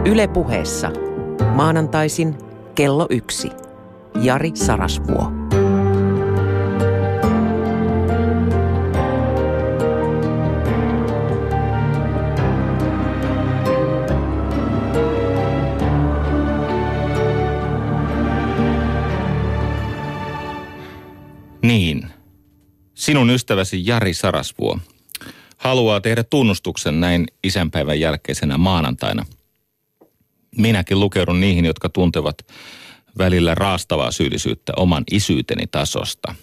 Yle Puheessa. Maanantaisin kello 1. Jari Sarasvuo. Niin, sinun ystäväsi Jari Sarasvuo haluaa tehdä tunnustuksen näin isänpäivän jälkeisenä maanantaina. Minäkin lukeudun niihin, jotka tuntevat välillä raastavaa syyllisyyttä oman isyyteni tasosta.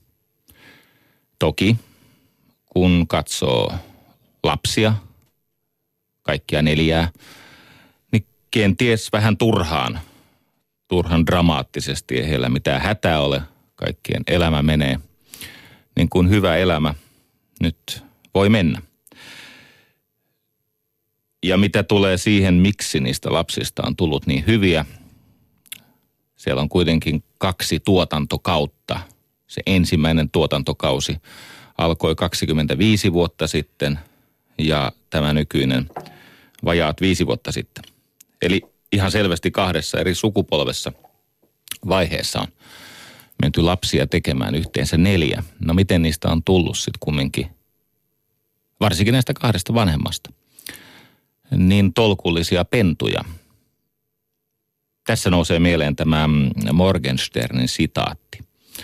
Toki, kun katsoo lapsia, kaikkia 4, niin kenties vähän turhan dramaattisesti, ei heillä mitään hätää ole. Kaikkien elämä menee niin kuin hyvä elämä nyt voi mennä. Ja mitä tulee siihen, miksi niistä lapsista on tullut niin hyviä, siellä on kuitenkin 2 tuotantokautta. Se ensimmäinen tuotantokausi alkoi 25 vuotta sitten ja tämä nykyinen vajaat 5 vuotta sitten. Eli ihan selvästi 2 eri sukupolvessa vaiheessa on menty lapsia tekemään yhteensä 4. No miten niistä on tullut sitten kumminkin, varsinkin näistä 2 vanhemmasta, niin tolkullisia pentuja. Tässä nousee mieleen tämä Morgensternin sitaatti,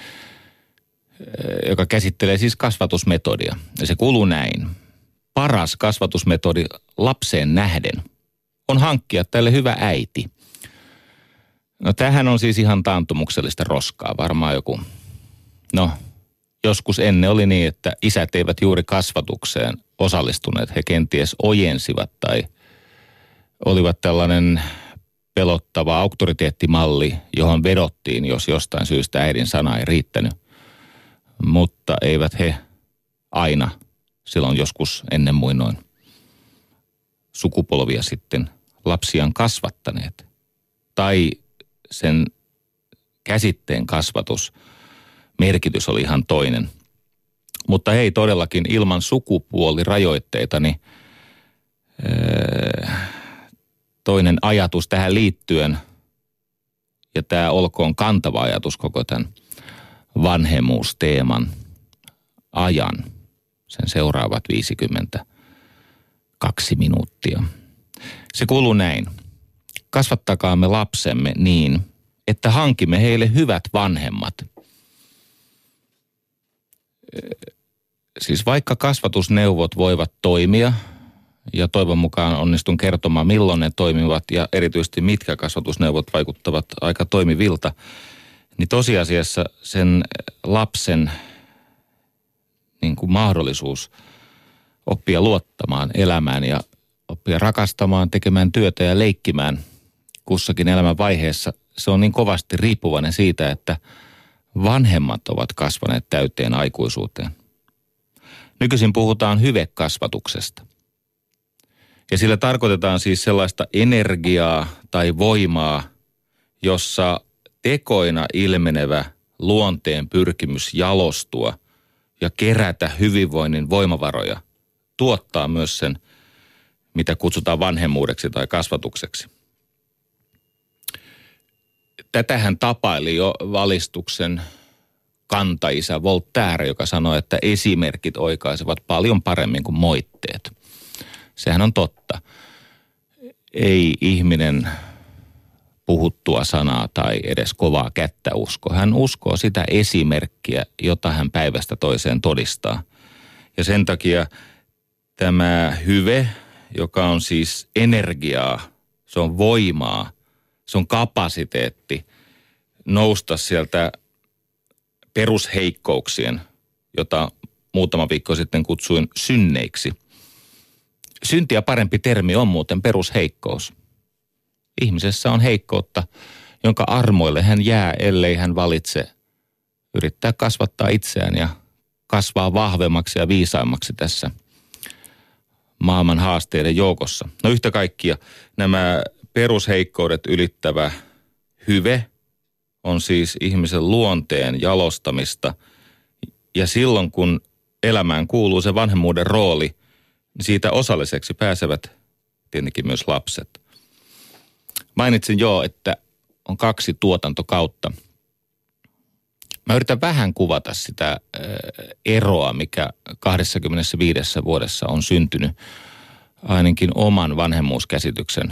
joka käsittelee siis kasvatusmetodia. Ja se kuuluu näin. Paras kasvatusmetodi lapseen nähden on hankkia tälle hyvä äiti. No tämähän on siis ihan taantumuksellista roskaa. Varmaan joku, joskus ennen oli niin, että isät eivät juuri kasvatukseen osallistuneet. He kenties ojensivat tai olivat tällainen pelottava auktoriteettimalli, johon vedottiin, jos jostain syystä äidin sana ei riittänyt. Mutta eivät he aina silloin joskus ennen muinoin sukupolvia sitten lapsiaan kasvattaneet. Tai sen käsitteen kasvatus, merkitys oli ihan toinen. Mutta hei, todellakin ilman sukupuolirajoitteita, niin toinen ajatus tähän liittyen, ja tämä olkoon kantava ajatus koko tämän vanhemmuusteeman ajan, sen seuraavat 52 minuuttia. Se kuuluu näin. Kasvattakaamme lapsemme niin, että hankimme heille hyvät vanhemmat. Siis vaikka kasvatusneuvot voivat toimia, ja toivon mukaan onnistun kertomaan milloin ne toimivat ja erityisesti mitkä kasvatusneuvot vaikuttavat aika toimivilta, niin tosiasiassa sen lapsen niin kuin mahdollisuus oppia luottamaan elämään ja oppia rakastamaan, tekemään työtä ja leikkimään kussakin elämän vaiheessa, se on niin kovasti riippuvainen siitä, että vanhemmat ovat kasvaneet täyteen aikuisuuteen. Nykyisin puhutaan hyvekasvatuksesta. Ja sillä tarkoitetaan siis sellaista energiaa tai voimaa, jossa tekoina ilmenevä luonteen pyrkimys jalostua ja kerätä hyvinvoinnin voimavaroja tuottaa myös sen, mitä kutsutaan vanhemmuudeksi tai kasvatukseksi. Tätähän tapaili jo valistuksen kantaisä Voltaire, joka sanoi, että esimerkit oikaisevat paljon paremmin kuin moitteet. Sehän on totta. Ei ihminen puhuttua sanaa tai edes kovaa kättä usko. Hän uskoo sitä esimerkkiä, jota hän päivästä toiseen todistaa. Ja sen takia tämä hyve, joka on siis energiaa, se on voimaa, se on kapasiteetti nousta sieltä perusheikkouksien, jota muutama viikko sitten kutsuin synneiksi. Syntiä parempi termi on muuten perusheikkous. Ihmisessä on heikkoutta, jonka armoille hän jää, ellei hän valitse yrittää kasvattaa itseään ja kasvaa vahvemmaksi ja viisaimmaksi tässä maailman haasteiden joukossa. No yhtä kaikkia nämä perusheikkoudet ylittävä hyve on siis ihmisen luonteen jalostamista. Ja silloin kun elämään kuuluu se vanhemmuuden rooli, niin siitä osalliseksi pääsevät tietenkin myös lapset. Mainitsin jo, että on 2 tuotantokautta. Mä yritän vähän kuvata sitä eroa, mikä 25 vuodessa on syntynyt ainakin oman vanhemmuuskäsityksen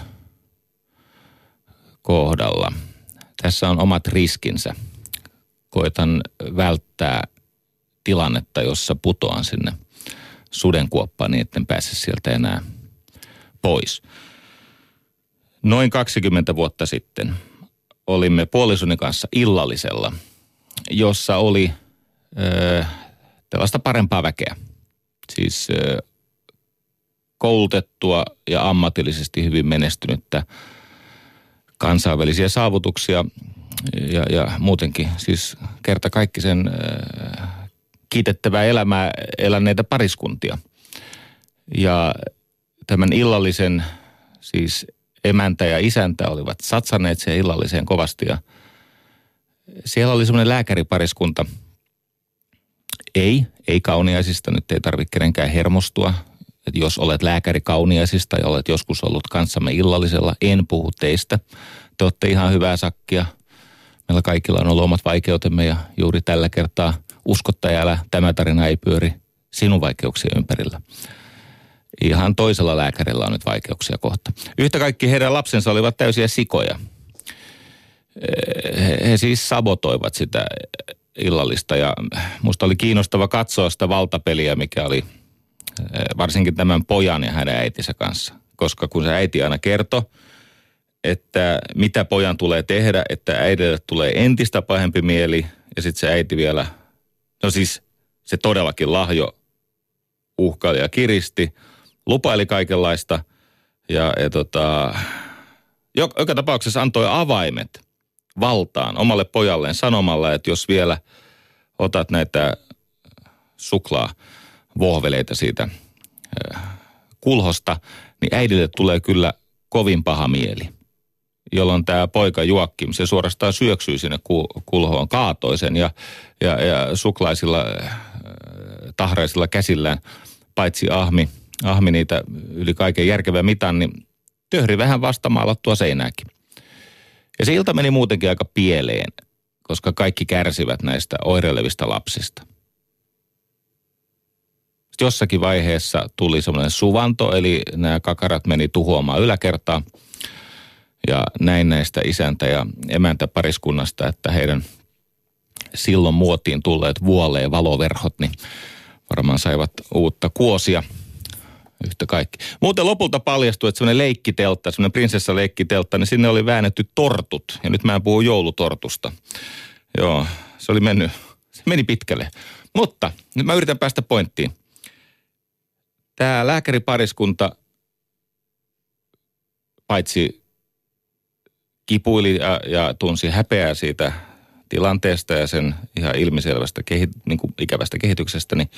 kohdalla. Tässä on omat riskinsä. Koitan välttää tilannetta, jossa putoan sinne sudenkuoppaan niin, etten pääse sieltä enää pois. Noin 20 vuotta sitten olimme puolisoni kanssa illallisella, jossa oli tällaista parempaa väkeä. Siis koulutettua ja ammatillisesti hyvin menestynyttä, kansainvälisiä saavutuksia ja muutenkin siis kertakaikkisen kiitettävää elämää eläneitä pariskuntia. Ja tämän illallisen siis emäntä ja isäntä olivat satsanneet siihen illalliseen kovasti ja siellä oli semmoinen lääkäripariskunta. Ei kauniaisista, nyt ei tarvitse kenenkään hermostua. Että jos olet lääkäri kauniaisista ja olet joskus ollut kanssamme illallisella, en puhu teistä. Te olette ihan hyvää sakkia. Meillä kaikilla on ollut omat vaikeutemme ja juuri tällä kertaa uskottaja, älä, tämä tarina ei pyöri sinun vaikeuksien ympärillä. Ihan toisella lääkärillä on nyt vaikeuksia kohta. Yhtä kaikki heidän lapsensa olivat täysiä sikoja. He siis sabotoivat sitä illallista ja musta oli kiinnostava katsoa sitä valtapeliä, mikä oli varsinkin tämän pojan ja hänen äitinsä kanssa. Koska kun se äiti aina kertoi, että mitä pojan tulee tehdä, että äidille tulee entistä pahempi mieli ja sitten se äiti vielä, no siis se todellakin lahjo uhkaili ja kiristi, lupaili kaikenlaista ja joka tapauksessa antoi avaimet valtaan omalle pojalleen sanomalla, että jos vielä otat näitä suklaavohveleita siitä kulhosta, niin äidille tulee kyllä kovin paha mieli. Jolloin tämä poika Joakim, se suorastaan syöksyi sinne kulhoon, kaatoi sen ja suklaisilla tahraisilla käsillään, paitsi ahmi niitä yli kaiken järkevän mitan, niin töhri vähän vastamaalattua seinääkin. Ja se ilta meni muutenkin aika pieleen, koska kaikki kärsivät näistä oireilevista lapsista. Sitten jossakin vaiheessa tuli semmoinen suvanto, eli nämä kakarat meni tuhoamaan yläkertaa. Ja näin näistä isäntä ja emäntä pariskunnasta, että heidän silloin muotiin tulleet vuoleen valoverhot, niin varmaan saivat uutta kuosia yhtä kaikki. Muuten lopulta paljastui, että semmoinen leikkiteltta, semmoinen prinsessaleikkiteltta, niin sinne oli väännetty tortut. Ja nyt mä en puhu joulutortusta. Joo, se meni pitkälle. Mutta nyt mä yritän päästä pointtiin. Tämä lääkäripariskunta paitsi kipuili ja tunsi häpeää siitä tilanteesta ja sen ihan ilmiselvästä ikävästä kehityksestä, niin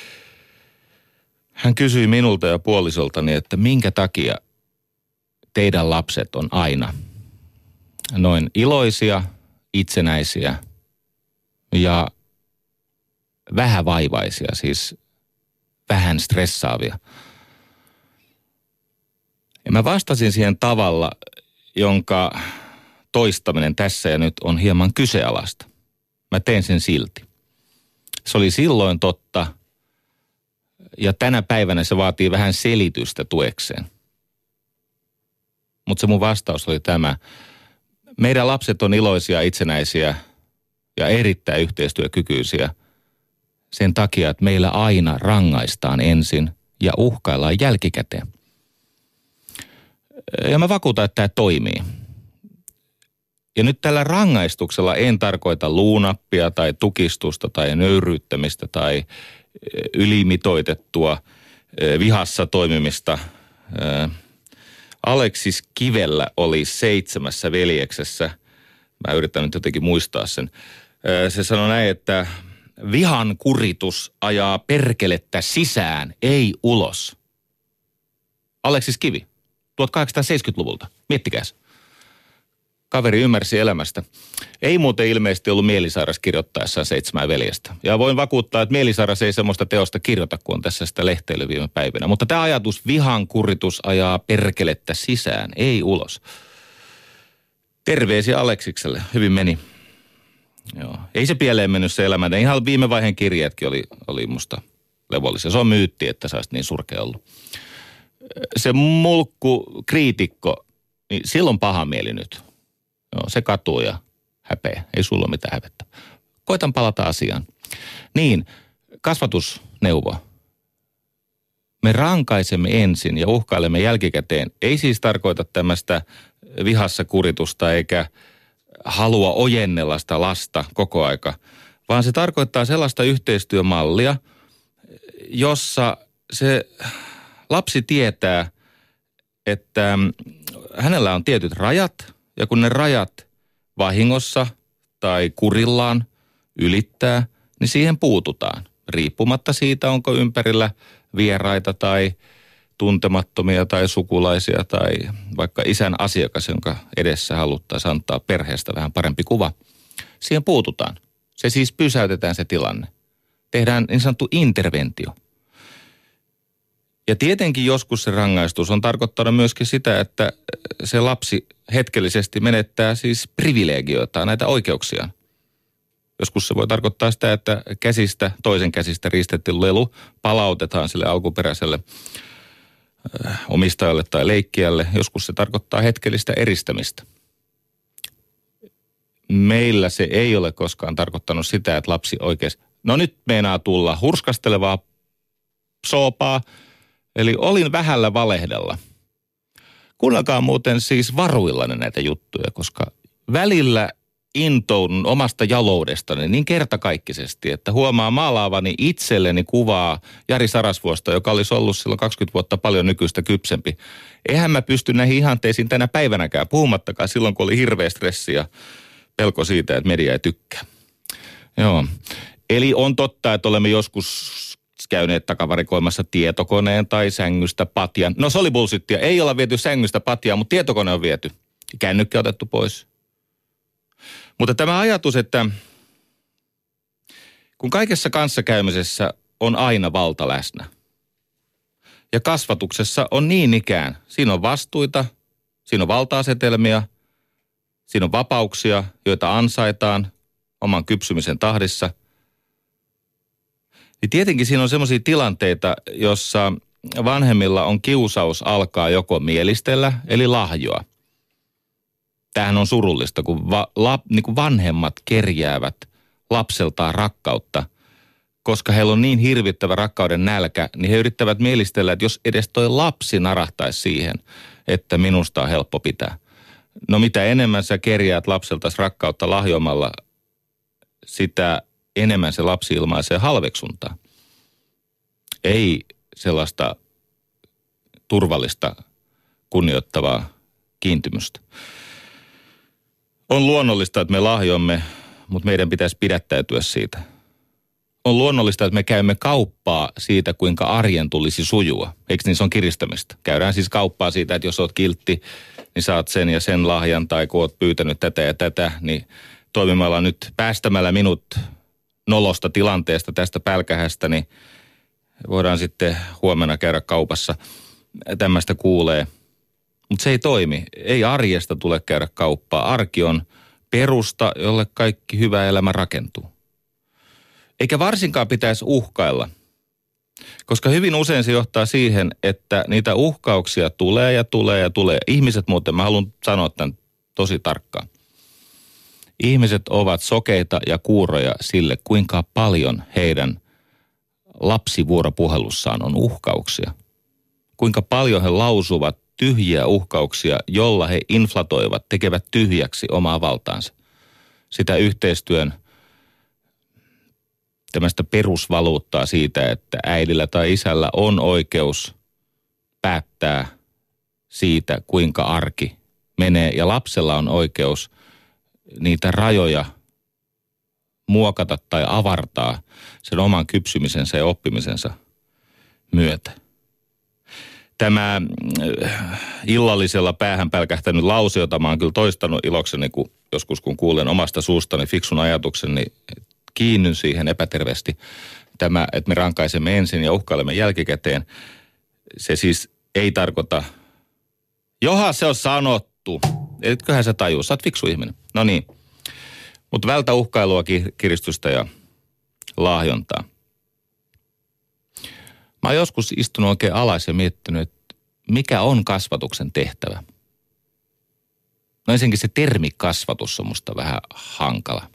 hän kysyi minulta ja puolisoltani, että minkä takia teidän lapset on aina noin iloisia, itsenäisiä ja vähävaivaisia, siis vähän stressaavia. Ja mä vastasin siihen tavalla, jonka toistaminen tässä ja nyt on hieman kyseenalaista. Mä teen sen silti. Se oli silloin totta ja tänä päivänä se vaatii vähän selitystä tuekseen. Mutta se mun vastaus oli tämä. Meidän lapset on iloisia, itsenäisiä ja erittäin yhteistyökykyisiä sen takia, että meillä aina rangaistaan ensin ja uhkaillaan jälkikäteen. Ja mä vakuutan, että tämä toimii. Ja nyt tällä rangaistuksella en tarkoita luunappia tai tukistusta tai nöyryyttämistä tai ylimitoitettua vihassa toimimista. Aleksis Kivellä oli 7 veljeksessä. Mä yritän nyt jotenkin muistaa sen. Se sanoi näin, että vihan kuritus ajaa perkelettä sisään, ei ulos. Aleksis Kivi, 1870-luvulta. Miettikääs. Kaveri ymmärsi elämästä. Ei muuten ilmeisesti ollut mielisairas kirjoittaessaan 7 veljestä. Ja voin vakuuttaa, että mielisairas ei semmoista teosta kirjoita, kun on tässä sitä lehteily viime päivinä. Mutta tämä ajatus, vihan kuritus ajaa perkelettä sisään, ei ulos. Terveisiä Aleksikselle. Hyvin meni. Joo. Ei se pieleen mennyt se elämä. Ihan viime vaiheen kirjeetkin oli musta levollisia. Se on myytti, että sä olisit niin surkea ollut. Se mulkku kriitikko, niin silloin paha mieli nyt. Joo, se katuu ja häpeä. Ei sulla ole mitään hävettä. Koitan palata asiaan. Niin, kasvatusneuvo. Me rankaisemme ensin ja uhkailemme jälkikäteen. Ei siis tarkoita tämmöistä vihassa kuritusta eikä halua ojennella sitä lasta koko aika, vaan se tarkoittaa sellaista yhteistyömallia, jossa se lapsi tietää, että hänellä on tietyt rajat ja kun ne rajat vahingossa tai kurillaan ylittää, niin siihen puututaan. Riippumatta siitä, onko ympärillä vieraita tai tuntemattomia tai sukulaisia tai vaikka isän asiakas, jonka edessä haluttaisiin antaa perheestä vähän parempi kuva. Siihen puututaan. Se siis pysäytetään se tilanne. Tehdään niin sanottu interventio. Ja tietenkin joskus se rangaistus on tarkoittanut myöskin sitä, että se lapsi hetkellisesti menettää siis privilegioita, näitä oikeuksiaan. Joskus se voi tarkoittaa sitä, että toisen käsistä riistetty lelu palautetaan sille alkuperäiselle omistajalle tai leikkijälle. Joskus se tarkoittaa hetkellistä eristämistä. Meillä se ei ole koskaan tarkoittanut sitä, että lapsi oikeasti, no nyt meinaa tulla hurskastelevaa soopaa, eli olin vähällä valehdella. Kuunnelkaa muuten siis varuillanne näitä juttuja, koska välillä intoudun omasta jaloudestani niin kertakaikkisesti, että huomaa maalaavani itselleni kuvaa Jari Sarasvuosta, joka olisi ollut silloin 20 vuotta paljon nykyistä kypsempi. Eihän mä pysty näihin ihanteisiin tänä päivänäkään, puhumattakaan silloin, kun oli hirveä stressi ja pelko siitä, että media ei tykkää. Joo. Eli on totta, että olemme joskus käyneet takavarikoimassa tietokoneen tai sängystä patjan. No se oli bullshittia. Ei olla viety sängystä patjaa, mutta tietokone on viety. Kännykkä otettu pois. Mutta tämä ajatus, että kun kaikessa kanssakäymisessä on aina valta läsnä. Ja kasvatuksessa on niin ikään. Siinä on vastuita, siinä on valta-asetelmia, siinä on vapauksia, joita ansaitaan oman kypsymisen tahdissa. Ja tietenkin siinä on semmoisia tilanteita, jossa vanhemmilla on kiusaus alkaa joko mielistellä, eli lahjoa. Tämähän on surullista, kun niin kuin vanhemmat kerjäävät lapseltaan rakkautta, koska heillä on niin hirvittävä rakkauden nälkä, niin he yrittävät mielistellä, että jos edes toi lapsi narahtaisi siihen, että minusta on helppo pitää. No mitä enemmän sä kerjäät lapseltasi rakkautta lahjoamalla, sitä enemmän se lapsi ilmaisee halveksuntaa. Ei sellaista turvallista, kunnioittavaa kiintymystä. On luonnollista, että me lahjomme, mutta meidän pitäisi pidättäytyä siitä. On luonnollista, että me käymme kauppaa siitä, kuinka arjen tulisi sujua. Eikö niin se on kiristämistä? Käydään siis kauppaa siitä, että jos oot kiltti, niin saat sen ja sen lahjan, tai kun oot pyytänyt tätä ja tätä, niin toimimalla nyt päästämällä minut nolosta tilanteesta tästä pälkähästä, niin voidaan sitten huomenna käydä kaupassa. Tämmöistä kuulee. Mutta se ei toimi. Ei arjesta tule käydä kauppaa. Arki on perusta, jolle kaikki hyvä elämä rakentuu. Eikä varsinkaan pitäisi uhkailla, koska hyvin usein se johtaa siihen, että niitä uhkauksia tulee ja tulee ja tulee. Ihmiset muuten, mä haluan sanoa tämän tosi tarkkaan. Ihmiset ovat sokeita ja kuuroja sille, kuinka paljon heidän lapsivuoropuhelussaan on uhkauksia. Kuinka paljon he lausuvat tyhjiä uhkauksia, jolla he inflatoivat, tekevät tyhjäksi omaa valtaansa. Sitä yhteistyön tämmöistä perusvaluuttaa siitä, että äidillä tai isällä on oikeus päättää siitä, kuinka arki menee. Ja lapsella on oikeus niitä rajoja muokata tai avartaa sen oman kypsymisensä ja oppimisensa myötä. Tämä illallisella päähän pälkähtänyt lause, jota mä oon kyllä toistanut ilokseni, kun joskus kun kuulen omasta suustani fiksun ajatuksen, niin kiinnyn siihen epäterveesti. Tämä, että me rankaisemme ensin ja uhkailemme jälkikäteen, se siis ei tarkoita, johan se on sanottu, Etköhän sä tajuu, sä oot fiksu ihminen. No niin. Mutta vältä uhkailua, kiristystä ja lahjontaa. Mä oon joskus istunut oikein alas ja miettinyt, että mikä on kasvatuksen tehtävä. No ensinnäkin se termi kasvatus on musta vähän hankala.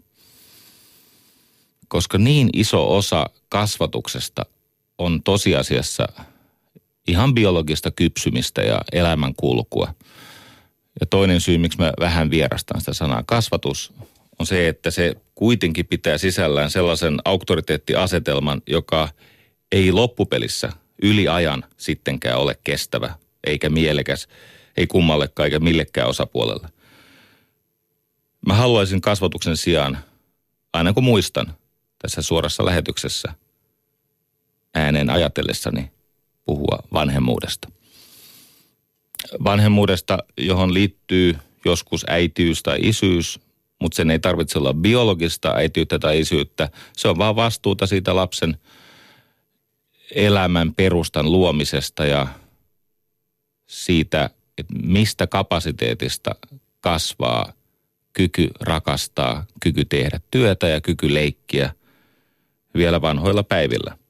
Koska niin iso osa kasvatuksesta on tosiasiassa ihan biologista kypsymistä ja elämänkulkua. Ja toinen syy, miksi mä vähän vierastan sitä sanaa kasvatus, on se, että se kuitenkin pitää sisällään sellaisen auktoriteettiasetelman, joka ei loppupelissä yli ajan sittenkään ole kestävä, eikä mielekäs, ei kummallekaan eikä millekään osapuolelle. Mä haluaisin kasvatuksen sijaan, aina kun muistan tässä suorassa lähetyksessä ääneen ajatellessani puhua vanhemmuudesta. Vanhemmuudesta, johon liittyy joskus äitiys tai isyys, mutta sen ei tarvitse olla biologista äitiyttä tai isyyttä. Se on vaan vastuuta siitä lapsen elämän perustan luomisesta ja siitä, että mistä kapasiteetista kasvaa kyky rakastaa, kyky tehdä työtä ja kyky leikkiä vielä vanhoilla päivillä.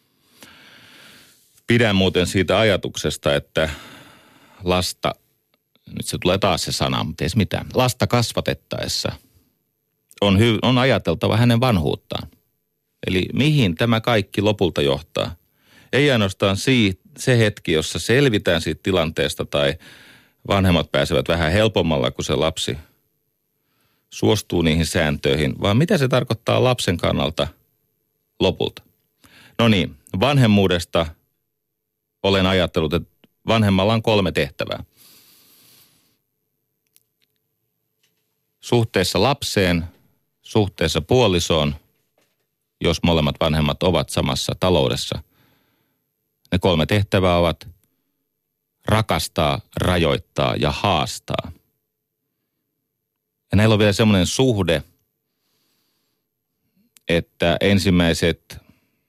Pidän muuten siitä ajatuksesta, että lasta, nyt se tulee taas se sana, mutta ei mitään, lasta kasvatettaessa on ajateltava hänen vanhuuttaan. Eli mihin tämä kaikki lopulta johtaa? Ei ainoastaan se hetki, jossa selvitään siitä tilanteesta tai vanhemmat pääsevät vähän helpommalla, kun se lapsi suostuu niihin sääntöihin, vaan mitä se tarkoittaa lapsen kannalta lopulta. No niin, vanhemmuudesta olen ajatellut, että vanhemmalla on 3 tehtävää. Suhteessa lapseen, suhteessa puolisoon, jos molemmat vanhemmat ovat samassa taloudessa. Ne 3 tehtävää ovat rakastaa, rajoittaa ja haastaa. Ja näillä on vielä semmoinen suhde, että ensimmäiset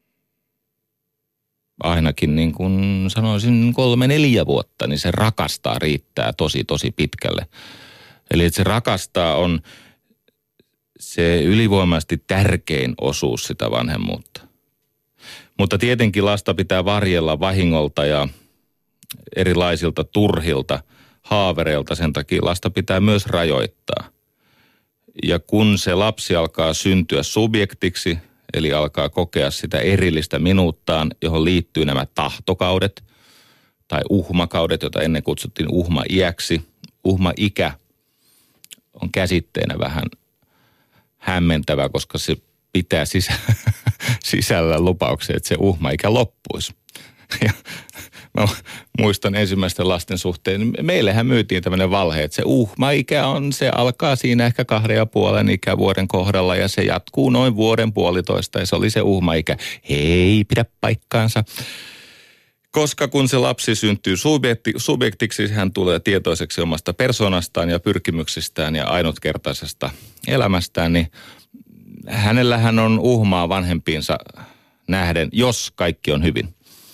ainakin niin kuin sanoisin 3-4 vuotta, niin se rakastaa riittää tosi pitkälle. Eli että se rakastaa on se ylivoimaisesti tärkein osuus sitä vanhemmuutta. Mutta tietenkin lasta pitää varjella vahingolta ja erilaisilta turhilta haavereilta. Sen takia lasta pitää myös rajoittaa. Ja kun se lapsi alkaa syntyä subjektiksi, eli alkaa kokea sitä erillistä minuuttaan, johon liittyy nämä tahtokaudet tai uhmakaudet, joita ennen kutsuttiin uhmaiäksi. Uhmaikä on käsitteenä vähän hämmentävä, koska se pitää sisällä lupauksia, että se uhmaikä loppuisi. Ja mä muistan ensimmäisten lasten suhteen, meillehän myytiin tämmöinen valhe, että se uhmaikä on, se alkaa siinä ehkä 2,5 ikävuoden kohdalla ja se jatkuu noin 1,5 ja se oli se uhmaikä. Ei pidä paikkaansa. Koska kun se lapsi syntyy subjektiksi, hän tulee tietoiseksi omasta persoonastaan ja pyrkimyksistään ja ainutkertaisesta elämästään, niin hänellähän on uhmaa vanhempiinsa nähden, jos kaikki on hyvin.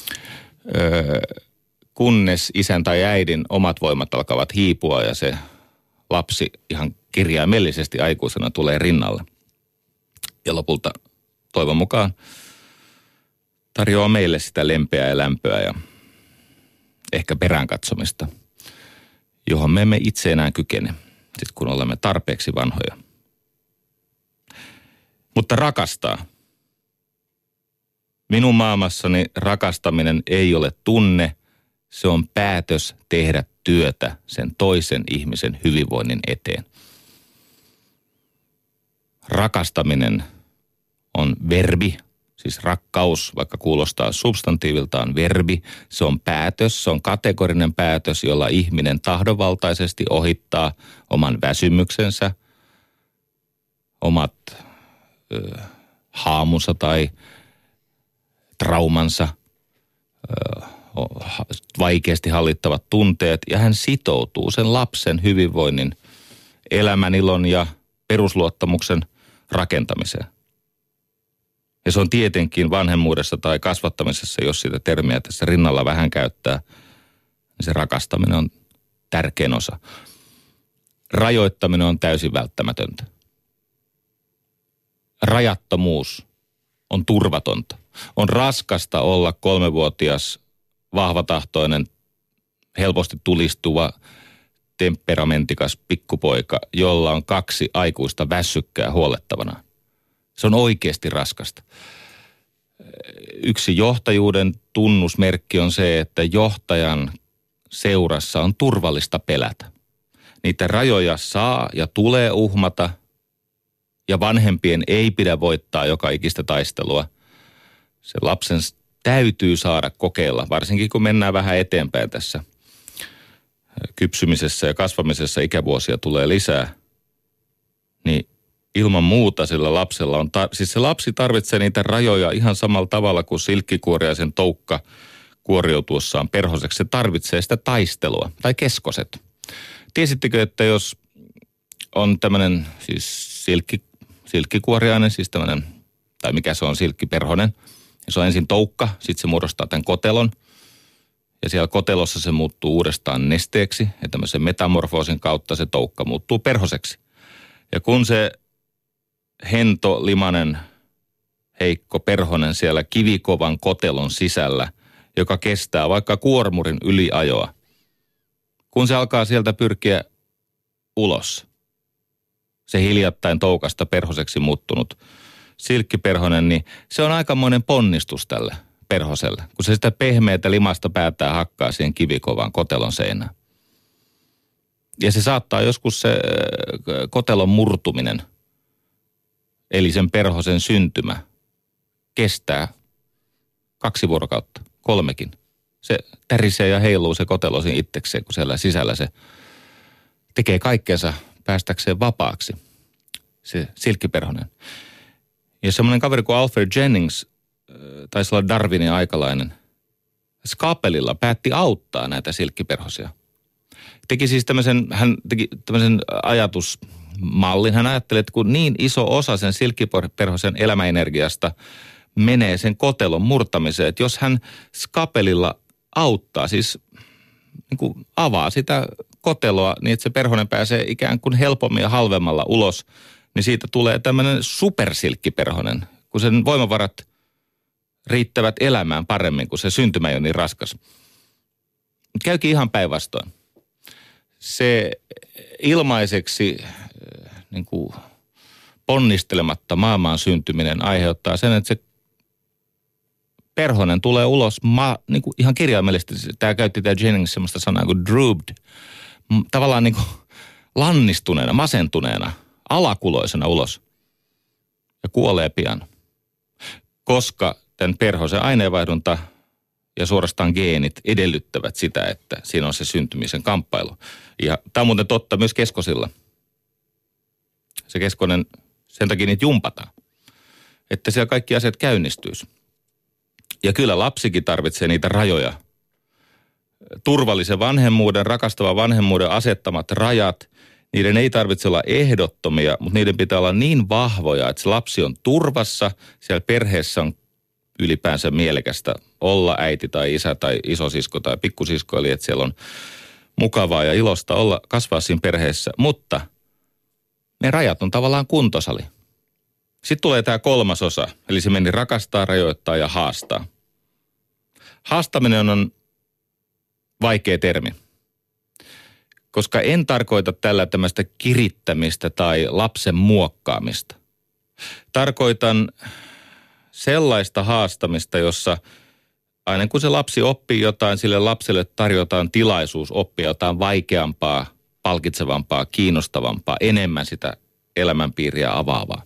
Kunnes isän tai äidin omat voimat alkavat hiipua ja se lapsi ihan kirjaimellisesti aikuisena tulee rinnalle. Ja lopulta toivon mukaan tarjoaa meille sitä lempeää ja lämpöä ja ehkä peräänkatsomista, johon me emme itse enää kykene, sit kun olemme tarpeeksi vanhoja. Mutta rakastaa. Minun maailmassani rakastaminen ei ole tunne, se on päätös tehdä työtä sen toisen ihmisen hyvinvoinnin eteen. Rakastaminen on verbi, siis rakkaus, vaikka kuulostaa substantiiviltaan verbi, se on päätös, se on kategorinen päätös, jolla ihminen tahdonvaltaisesti ohittaa oman väsymyksensä, omat haamunsa tai traumansa, vaikeasti hallittavat tunteet ja hän sitoutuu sen lapsen hyvinvoinnin, elämänilon ja perusluottamuksen rakentamiseen. Ja se on tietenkin vanhemmuudessa tai kasvattamisessa, jos sitä termiä tässä rinnalla vähän käyttää, niin se rakastaminen on tärkein osa. rajoittaminen on täysin välttämätöntä. Rajattomuus on turvatonta. On raskasta olla 3-vuotias, vahvatahtoinen, helposti tulistuva, temperamenttikas pikkupoika, jolla on 2 aikuista väsykkää huolettavana. Se on oikeasti raskasta. Yksi johtajuuden tunnusmerkki on se, että johtajan seurassa on turvallista pelätä. Niitä rajoja saa ja tulee uhmata ja vanhempien ei pidä voittaa joka ikistä taistelua. Se lapsen täytyy saada kokeilla, varsinkin kun mennään vähän eteenpäin tässä kypsymisessä ja kasvamisessa, ikävuosia tulee lisää, niin ilman muuta sillä lapsella on, siis se lapsi tarvitsee niitä rajoja ihan samalla tavalla kuin silkkikuoriaisen toukka kuoriutuessaan perhoseksi. Se tarvitsee sitä taistelua tai keskoset. Tiesittekö, että jos on tämmöinen siis silkkikuoriainen, siis tämmöinen, tai mikä se on, silkkiperhonen, ja se on ensin toukka, sitten se muodostaa tämän kotelon, ja siellä kotelossa se muuttuu uudestaan nesteeksi, ja tämmöisen metamorfoosin kautta se toukka muuttuu perhoseksi. Ja kun se hento, limanen, heikko perhonen siellä kivikovan kotelon sisällä, joka kestää vaikka kuormurin yliajoa, kun se alkaa sieltä pyrkiä ulos, se hiljattain toukasta perhoseksi muuttunut silkkiperhonen, niin se on aikamoinen ponnistus tälle perhoselle, kun se sitä pehmeätä limasta päätää hakkaa siihen kivikovan kotelon seinään. Ja se saattaa joskus se kotelon murtuminen, eli sen perhosen syntymä, kestää 2 vuorokautta, 3. Se tärisee ja heiluu se kotelo siinä itsekseen, kun siellä sisällä se tekee kaikkensa päästäkseen vapaaksi, se silkkiperhonen. Ja semmoinen kaveri kuin Alfred Jennings, taisi olla Darwinin aikalainen, skapelilla päätti auttaa näitä silkkiperhosia. Hän teki tämmöisen ajatusmallin. Hän ajatteli, että kun niin iso osa sen silkkiperhosen elämäenergiasta menee sen kotelon murtamiseen, että jos hän skapelilla auttaa, siis niin kuin avaa sitä koteloa niin, että se perhonen pääsee ikään kuin helpommin ja halvemmalla ulos, niin siitä tulee tämmöinen supersilkkiperhonen, kun sen voimavarat riittävät elämään paremmin, kun se syntymä ei ole niin raskas. Käykin ihan päinvastoin. Se ilmaiseksi niin kuin ponnistelematta maailmaan syntyminen aiheuttaa sen, että se perhonen tulee ulos niin kuin ihan kirjaimellisesti. Tämä Jennings semmoista sanaa kuin drooped, tavallaan niin kuin lannistuneena, masentuneena, alakuloisena ulos ja kuolee pian, koska tämän perhosen aineenvaihdunta ja suorastaan geenit edellyttävät sitä, että siinä on se syntymisen kamppailu. Ja tämä on muuten totta myös keskosilla. Se keskonen, sen takia niitä jumpataan, että siellä kaikki asiat käynnistyisi. Ja kyllä lapsikin tarvitsee niitä rajoja. Turvallisen vanhemmuuden, rakastavan vanhemmuuden asettamat rajat, niiden ei tarvitse olla ehdottomia, mutta niiden pitää olla niin vahvoja, että se lapsi on turvassa, siellä perheessä on ylipäänsä mielekästä olla äiti tai isä tai isosisko tai pikkusisko, eli että siellä on mukavaa ja ilosta olla, kasvaa siinä perheessä, mutta ne rajat on tavallaan kuntosali. Sitten tulee tämä 3. osa, eli se meni rakastaa, rajoittaa ja haastaa. Haastaminen on vaikea termi, koska en tarkoita tällä tämmöistä kirittämistä tai lapsen muokkaamista. Tarkoitan sellaista haastamista, jossa aina kun se lapsi oppii jotain, sille lapselle tarjotaan tilaisuus oppia jotain vaikeampaa, palkitsevampaa, kiinnostavampaa, enemmän sitä elämänpiiriä avaavaa.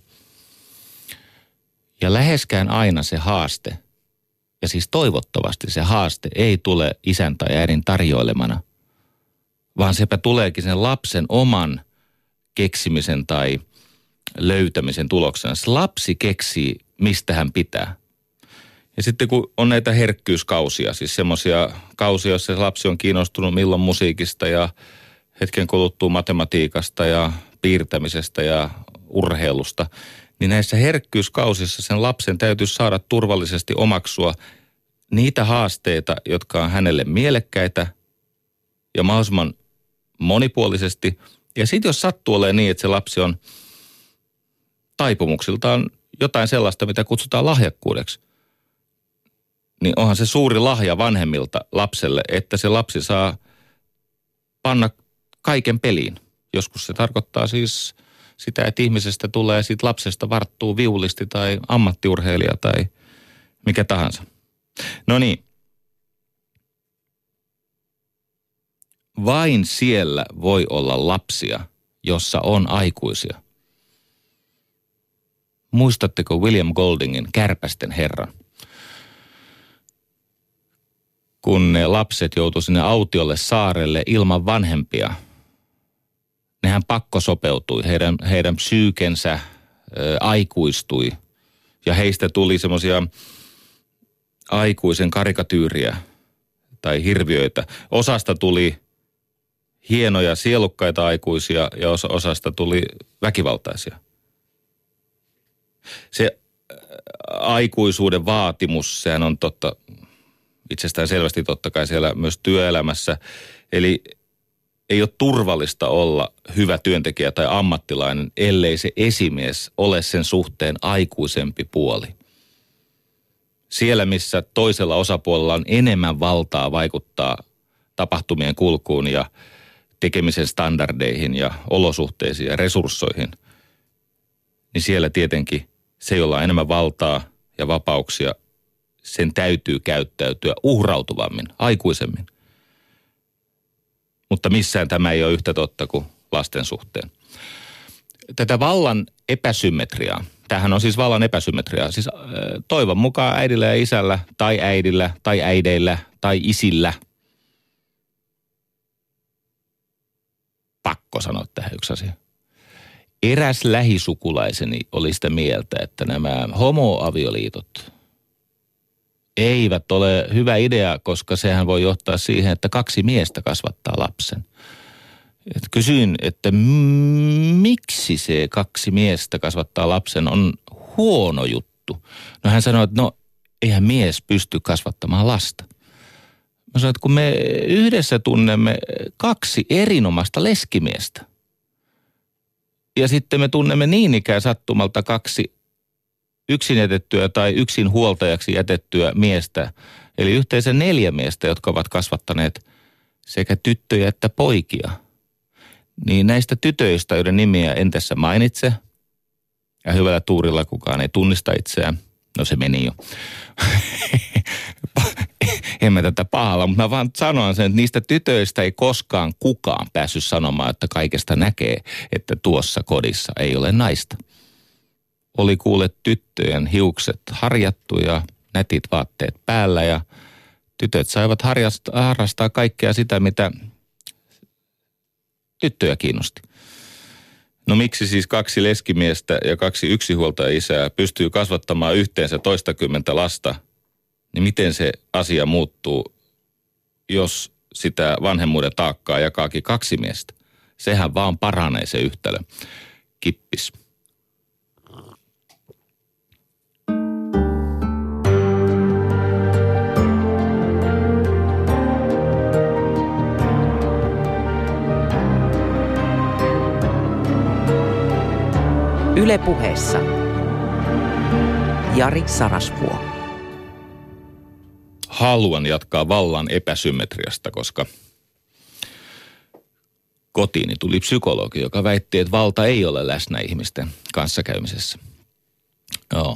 Ja läheskään aina se haaste, ja siis toivottavasti se haaste ei tule isän tai äidin tarjoilemana, vaan sepä tuleekin sen lapsen oman keksimisen tai löytämisen tuloksena. Se lapsi keksii, mistä hän pitää. Ja sitten kun on näitä herkkyyskausia, siis semmoisia kausia, joissa se lapsi on kiinnostunut milloin musiikista ja hetken kuluttua matematiikasta ja piirtämisestä ja urheilusta, niin näissä herkkyyskausissa sen lapsen täytyisi saada turvallisesti omaksua niitä haasteita, jotka on hänelle mielekkäitä ja mahdollisimman monipuolisesti Ja sitten jos sattuu olemaan niin, että se lapsi on taipumuksiltaan jotain sellaista, mitä kutsutaan lahjakkuudeksi, niin onhan se suuri lahja vanhemmilta lapselle, että se lapsi saa panna kaiken peliin. Joskus se tarkoittaa siis sitä, että ihmisestä tulee siitä lapsesta varttuu viulisti tai ammattiurheilija tai mikä tahansa. No niin. Vain siellä voi olla lapsia, jossa on aikuisia. Muistatteko William Goldingin Kärpästen herran? Kun ne lapset joutuivat sinne autiolle saarelle ilman vanhempia, nehän pakko sopeutui, heidän psyykensä aikuistui ja heistä tuli semmoisia aikuisen karikatyyriä tai hirviöitä. Osasta tuli hienoja, sielukkaita aikuisia ja osasta tuli väkivaltaisia. Se aikuisuuden vaatimus, sehän on totta, itsestään selvästi totta kai siellä myös työelämässä. Eli ei ole turvallista olla hyvä työntekijä tai ammattilainen, ellei se esimies ole sen suhteen aikuisempi puoli. Siellä, missä toisella osapuolella on enemmän valtaa vaikuttaa tapahtumien kulkuun ja tekemisen standardeihin ja olosuhteisiin ja resurssoihin, niin siellä tietenkin se, jolla on enemmän valtaa ja vapauksia, sen täytyy käyttäytyä uhrautuvammin, aikuisemmin. Mutta missään tämä ei ole yhtä totta kuin lasten suhteen. Tätä vallan epäsymmetriaa, tämähän on siis vallan epäsymmetriaa, siis toivon mukaan äidillä ja isällä tai äidillä tai äideillä tai isillä. Pakko sanoa tähän yksi asia. Eräs lähisukulaiseni oli sitä mieltä, että nämä homoavioliitot eivät ole hyvä idea, koska sehän voi johtaa siihen, että 2 miestä kasvattaa lapsen. Et kysyin, että miksi se 2 miestä kasvattaa lapsen on huono juttu. No hän sanoi, että no eihän mies pysty kasvattamaan lasta. Mä sanoin, että kun me yhdessä tunnemme 2 erinomaista leskimiestä. Ja sitten me tunnemme niin ikään sattumalta 2 yksin jätettyä tai yksin huoltajaksi jätettyä miestä. Eli yhteensä 4 miestä, jotka ovat kasvattaneet sekä tyttöjä että poikia. Niin näistä tytöistä, joiden nimiä en tässä mainitse, ja hyvällä tuurilla kukaan ei tunnista itseään. No se meni jo. En mä tätä pahalla, mutta mä vaan sanon sen, että niistä tytöistä ei koskaan kukaan päässyt sanomaan, että kaikesta näkee, että tuossa kodissa ei ole naista. Oli kuule tyttöjen hiukset harjattu ja nätit vaatteet päällä ja tytöt saivat harrastaa kaikkea sitä, mitä tyttöjä kiinnosti. No miksi siis 2 leskimiestä ja 2 yksinhuoltaja-isää pystyy kasvattamaan yhteensä 20 lasta, niin miten se asia muuttuu, jos sitä vanhemmuuden taakkaa jakaakin 2 miestä? Sehän vaan paranee se yhtälö. Kippis. Yle Puheessa Jari Sarasvuo. Haluan jatkaa vallan epäsymmetriasta, koska kotiini tuli psykologi, joka väitti, että valta ei ole läsnä ihmisten kanssakäymisessä. Joo.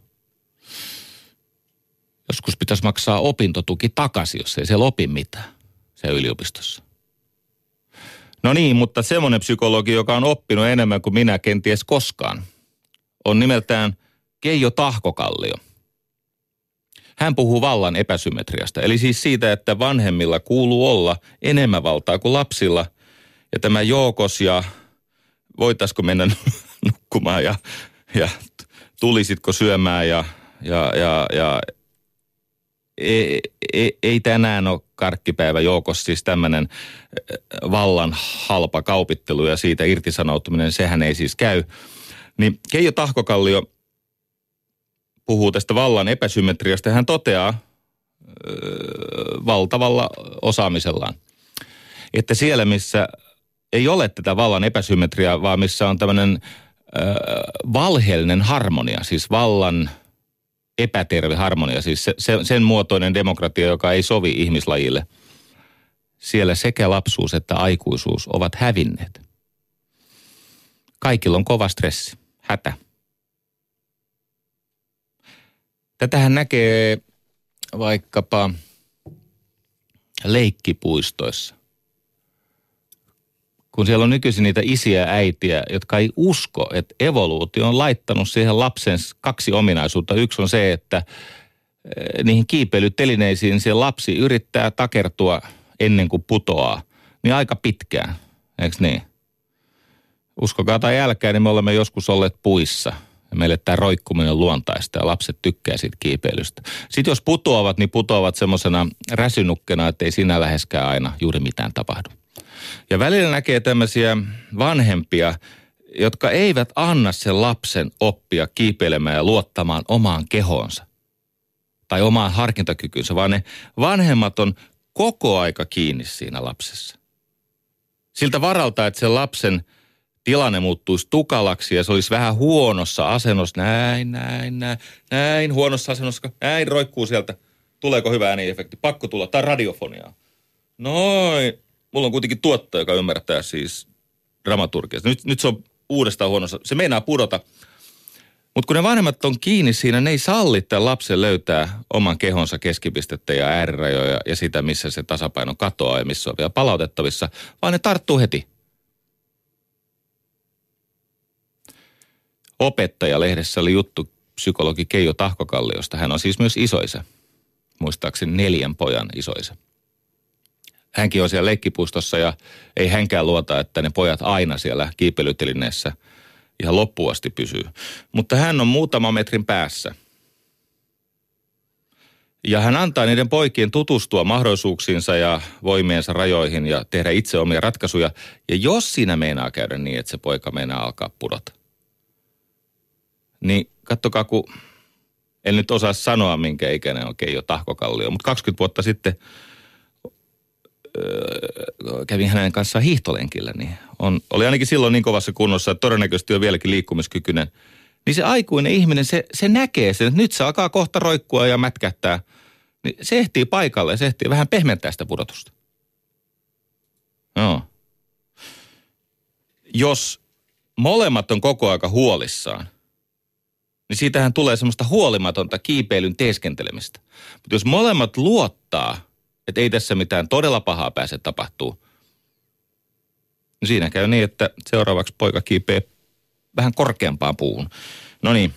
Joskus pitäisi maksaa opintotuki takaisin, jos ei siellä opi mitään siellä yliopistossa. No niin, mutta semmoinen psykologi, joka on oppinut enemmän kuin minä kenties koskaan, on nimeltään Keijo Tahkokallio. Hän puhuu vallan epäsymmetriasta, eli siis siitä, että vanhemmilla kuuluu olla enemmän valtaa kuin lapsilla. Ja tämä joukos ja voitaisiko mennä nukkumaan ja tulisitko syömään ja ei tänään ole karkkipäivä joukossa, siis tämmöinen vallan halpa kaupittelu ja siitä irtisanoutuminen, sehän ei siis käy. Niin Keijo Tahkokallio puhuu tästä vallan epäsymmetriasta ja hän toteaa valtavalla osaamisellaan, että siellä missä ei ole tätä vallan epäsymmetriaa, vaan missä on tämmöinen valheellinen harmonia, siis vallan epäterve harmonia, siis sen muotoinen demokratia, joka ei sovi ihmislajille. Siellä sekä lapsuus että aikuisuus ovat hävinneet. Kaikilla on kova stressi, hätä. Tätähän näkee vaikkapa leikkipuistoissa. Kun siellä on nykyisin niitä isiä ja äitiä, jotka ei usko, että evoluutio on laittanut siihen lapsen 2 ominaisuutta. Yksi on se, että niihin kiipeilytelineisiin se lapsi yrittää takertua ennen kuin putoaa, niin aika pitkään, eikö niin? Uskokaa tai älkää, niin me olemme joskus olleet puissa. Ja meille tämä roikkuminen on luontaista ja lapset tykkää siitä kiipeilystä. Sitten jos putoavat, niin putoavat semmoisena räsynukkena, että ei siinä läheskään aina juuri mitään tapahdu. Ja välillä näkee tämmöisiä vanhempia, jotka eivät anna sen lapsen oppia kiipeilemään ja luottamaan omaan kehoonsa tai omaan harkintakykyynsä, vaan ne vanhemmat on koko aika kiinni siinä lapsessa. Siltä varalta, että sen lapsen tilanne muuttuisi tukalaksi ja se olisi vähän huonossa asennossa, näin, huonossa asennossa, näin roikkuu sieltä. Tuleeko hyvä ääniefekti? Pakko tulla, tai radiofoniaa. Noin. Mulla on kuitenkin tuottaja, joka ymmärtää siis dramaturgiasta. Nyt se on uudestaan huonossa. Se meinaa pudota. Mutta kun ne vanhemmat on kiinni siinä, ne ei salli tämän lapsen löytää oman kehonsa keskipistettä ja äärirajoja ja sitä, missä se tasapaino katoaa ja missä on vielä palautettavissa, vaan ne tarttuu heti. Opettaja-lehdessä oli juttu psykologi Keijo Tahkokalliosta. Hän on siis myös isoisä. Muistaakseni 4 pojan isoisä. Hänkin on siellä leikkipuistossa ja ei hänkään luota, että ne pojat aina siellä kiipeilytelineessä ihan loppuun asti pysyy. Mutta hän on muutaman metrin päässä. Ja hän antaa niiden poikien tutustua mahdollisuuksiinsa ja voimiensa rajoihin ja tehdä itse omia ratkaisuja. Ja jos siinä meinaa käydä niin, että se poika meinaa alkaa pudota, niin kattokaa, kun en nyt osaa sanoa, minkä ikäinen on Keijo Tahkokallio, mutta 20 vuotta sitten kävin hänen kanssaan hiihtolenkillä, niin oli ainakin silloin niin kovassa kunnossa, että todennäköisesti on vieläkin liikkumiskykyinen. Niin se aikuinen ihminen, se näkee sen, että nyt se alkaa kohta roikkua ja mätkähtää. Niin se ehtii paikalle ja se ehtii vähän pehmentää sitä pudotusta. No. Jos molemmat on koko aika huolissaan, niin siitähän tulee semmoista huolimatonta kiipeilyn teeskentelemistä. Mutta jos molemmat luottaa, että ei tässä mitään todella pahaa pääse tapahtuu, niin siinä käy niin, että seuraavaksi poika kiipee vähän korkeampaan puuhun. No niin.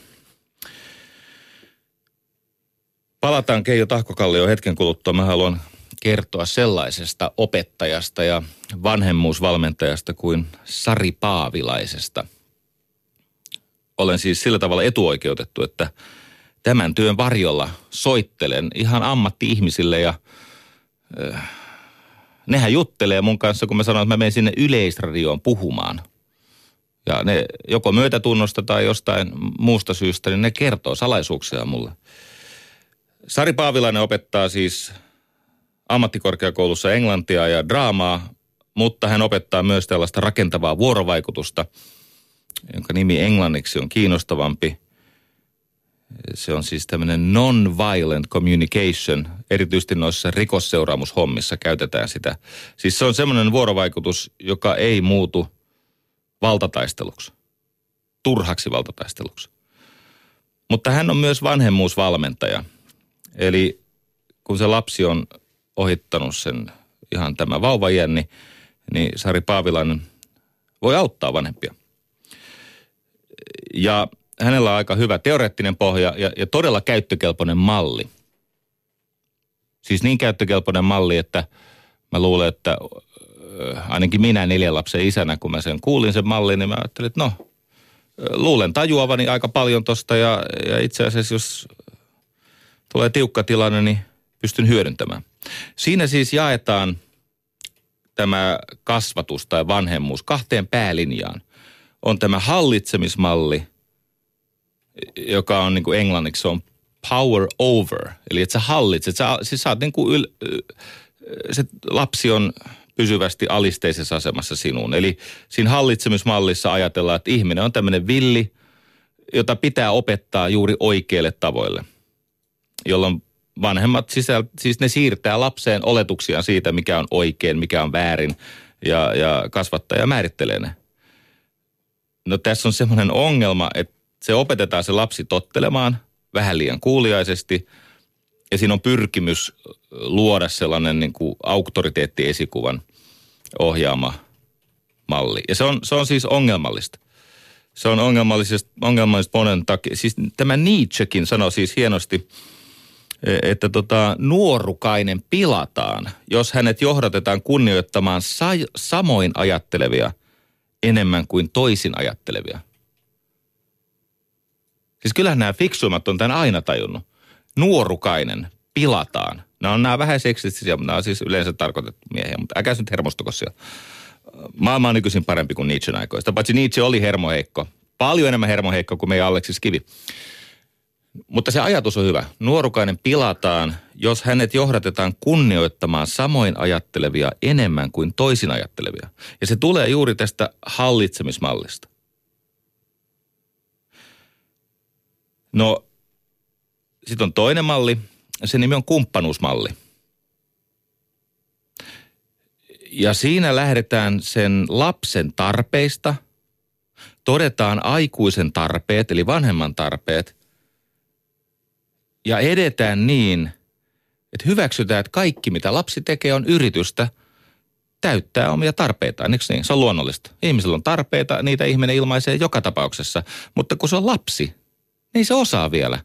Palataan Keijo Tahkokallioon hetken kuluttua. Mä haluan kertoa sellaisesta opettajasta ja vanhemmuusvalmentajasta kuin Sari Paavilaisesta. Olen siis sillä tavalla etuoikeutettu, että tämän työn varjolla soittelen ihan ammatti-ihmisille ja nehän juttelee mun kanssa, kun mä sanon, että mä menen sinne Yleisradioon puhumaan. Ja ne joko myötätunnosta tai jostain muusta syystä, niin ne kertoo salaisuuksia mulle. Sari Paavilainen opettaa siis ammattikorkeakoulussa englantia ja draamaa, mutta hän opettaa myös tällaista rakentavaa vuorovaikutusta, jonka nimi englanniksi on kiinnostavampi. Se on siis tämmöinen non-violent communication. Erityisesti noissa rikosseuraamushommissa käytetään sitä. Siis se on semmoinen vuorovaikutus, joka ei muutu valtataisteluksi, turhaksi valtataisteluksi. Mutta hän on myös vanhemmuusvalmentaja. Eli kun se lapsi on ohittanut sen ihan tämä vauvaiän, niin Sari Paavilainen voi auttaa vanhempia. Ja hänellä on aika hyvä teoreettinen pohja ja todella käyttökelpoinen malli. Siis niin käyttökelpoinen malli, että mä luulen, että ainakin minä 4 lapsen isänä, kun mä sen kuulin sen mallin, niin mä ajattelin, että luulen tajuavani aika paljon tosta ja itse asiassa jos tulee tiukka tilanne, niin pystyn hyödyntämään. Siinä siis jaetaan tämä kasvatus tai vanhemmuus 2 päälinjaan. On tämä hallitsemismalli, joka on niin kuin englanniksi on power over. Eli että sä hallitset, sä oot niin kuin se lapsi on pysyvästi alisteisessa asemassa sinuun. Eli siinä hallitsemismallissa ajatellaan, että ihminen on tämmöinen villi, jota pitää opettaa juuri oikeille tavoille, jolloin vanhemmat siis ne siirtää lapseen oletuksia siitä, mikä on oikein, mikä on väärin ja kasvattaja määrittelee ne. No tässä on semmoinen ongelma, että se opetetaan se lapsi tottelemaan vähän liian kuuliaisesti ja siinä on pyrkimys luoda sellainen niin kuin auktoriteettiesikuvan ohjaama malli. Ja se on siis ongelmallista. Se on ongelmallista monen takia. Siis tämä Nietzschekin sanoi siis hienosti, että nuorukainen pilataan, jos hänet johdatetaan kunnioittamaan samoin ajattelevia enemmän kuin toisin ajattelevia. Siis kyllähän nämä fiksuimmat on tämän aina tajunnut. Nuorukainen pilataan. Nämä vähän seksistisiä, mutta nämä on siis yleensä tarkoitettu miehiä, mutta älkää nyt hermostuko siellä. Maailma on nykyisin parempi kuin Nietzschen aikoista. Paitsi Nietzsche oli hermoheikko. Paljon enemmän hermoheikko kuin meidän Aleksis Kivi. Mutta se ajatus on hyvä. Nuorukainen pilataan, jos hänet johdatetaan kunnioittamaan samoin ajattelevia enemmän kuin toisin ajattelevia. Ja se tulee juuri tästä hallitsemismallista. No, sitten on toinen malli. Se nimi on kumppanuusmalli. Ja siinä lähdetään sen lapsen tarpeista, todetaan aikuisen tarpeet, eli vanhemman tarpeet, ja edetään niin, että hyväksytään, että kaikki mitä lapsi tekee on yritystä täyttää omia tarpeitaan, eikö niin? Se on luonnollista. Ihmisellä on tarpeita, niitä ihminen ilmaisee joka tapauksessa, mutta kun se on lapsi, niin se osaa vielä.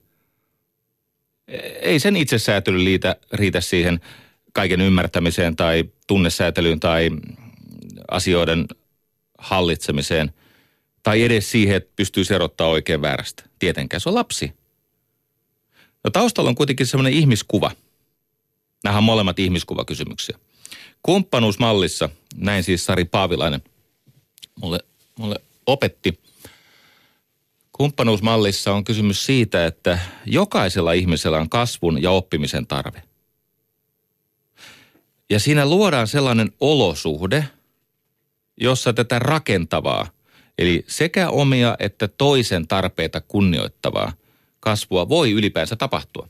Ei sen itsesäätely riitä siihen kaiken ymmärtämiseen tai tunnesäätelyyn tai asioiden hallitsemiseen tai edes siihen, että pystyy erottaa oikein väärästä. Tietenkään se on lapsi. No taustalla on kuitenkin semmoinen ihmiskuva. Nämä on molemmat ihmiskuvakysymyksiä. Kumppanuusmallissa, näin siis Sari Paavilainen mulle opetti. Kumppanuusmallissa on kysymys siitä, että jokaisella ihmisellä on kasvun ja oppimisen tarve. Ja siinä luodaan sellainen olosuhde, jossa tätä rakentavaa, eli sekä omia että toisen tarpeita kunnioittavaa kasvua voi ylipäänsä tapahtua.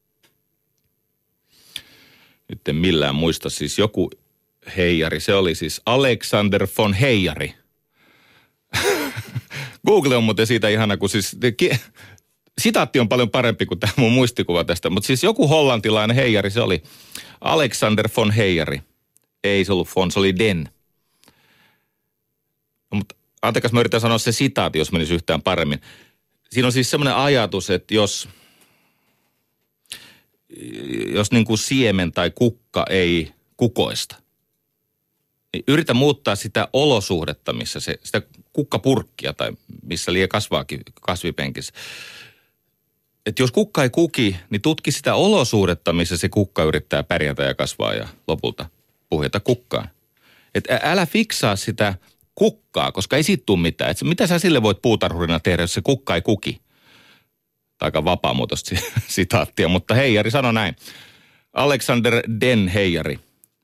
Nyt en millään muista, siis joku Heijari, se oli siis Alexander von Heijari. Google on muuten siitä ihana, kun siis sitaatti on paljon parempi kuin tämä mun muistikuva tästä, mutta siis joku hollantilainen Heijari, se oli Alexander von Heijari. Ei se ollut von, se oli den. No, mutta antakas mä yritän sanoa se sitaatti, jos menisi yhtään paremmin. Siinä on siis semmoinen ajatus, että jos niin kuin siemen tai kukka ei kukoista, niin yritä muuttaa sitä olosuhdetta, missä sitä kukkapurkkia tai missä liian kasvaakin kasvipenkissä. Että jos kukka ei kuki, niin tutki sitä olosuhdetta, missä se kukka yrittää pärjätä ja kasvaa ja lopulta puhjata kukkaan. Että älä fiksaa sitä kukkaa, koska ei siitä tule mitään. Et mitä sä sille voit puutarhurina tehdä, jos se kukka ei kuki? Aika vapaamuotoista sitaattia, mutta Heijari sanoi näin. Alexander den Heijari.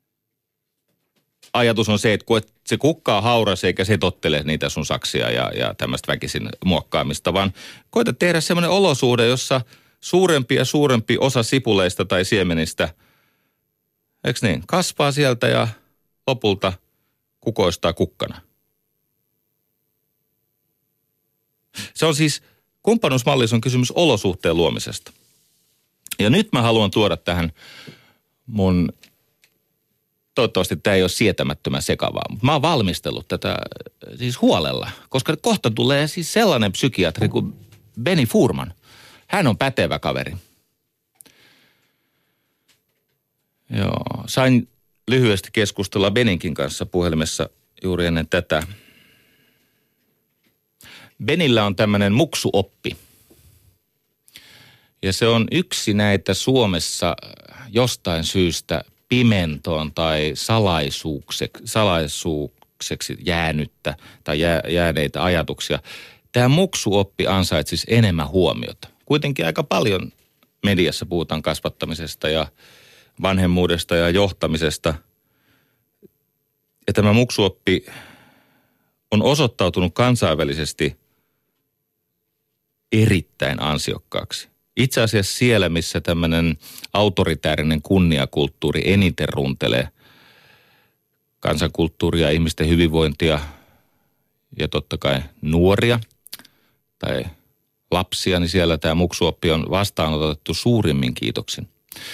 Ajatus on se, että kun se kukka on hauras eikä se tottele niitä sun saksia ja tämmöistä väkisin muokkaamista, vaan koita tehdä semmoinen olosuhde, jossa suurempi ja suurempi osa sipuleista tai siemenistä, eikö niin, kasvaa sieltä ja lopulta kukoistaa kukkana. Se on siis, kumppanuusmallissa on kysymys olosuhteen luomisesta. Ja nyt mä haluan tuoda tähän mun, toivottavasti tämä ei ole sietämättömän sekavaa, mutta mä oon valmistellut tätä siis huolella, koska kohta tulee siis sellainen psykiatri kuin Benny Furman. Hän on pätevä kaveri. Joo, sain lyhyesti keskustella Beninkin kanssa puhelimessa juuri ennen tätä. Benillä on tämmöinen muksuoppi. Ja se on yksi näitä Suomessa jostain syystä pimentoon tai salaisuukseksi jäänyttä tai jääneitä ajatuksia. Tämä muksuoppi ansaitsisi enemmän huomiota. Kuitenkin aika paljon mediassa puhutaan kasvattamisesta ja vanhemmuudesta ja johtamisesta. Ja tämä muksuoppi on osoittautunut kansainvälisesti erittäin ansiokkaaksi. Itse asiassa siellä, missä tämmöinen autoritäärinen kunniakulttuuri eniten runtelee kansankulttuuria, ihmisten hyvinvointia ja totta kai nuoria tai lapsia, niin siellä tämä muksuoppi on vastaanotettu suurimmin kiitoksin.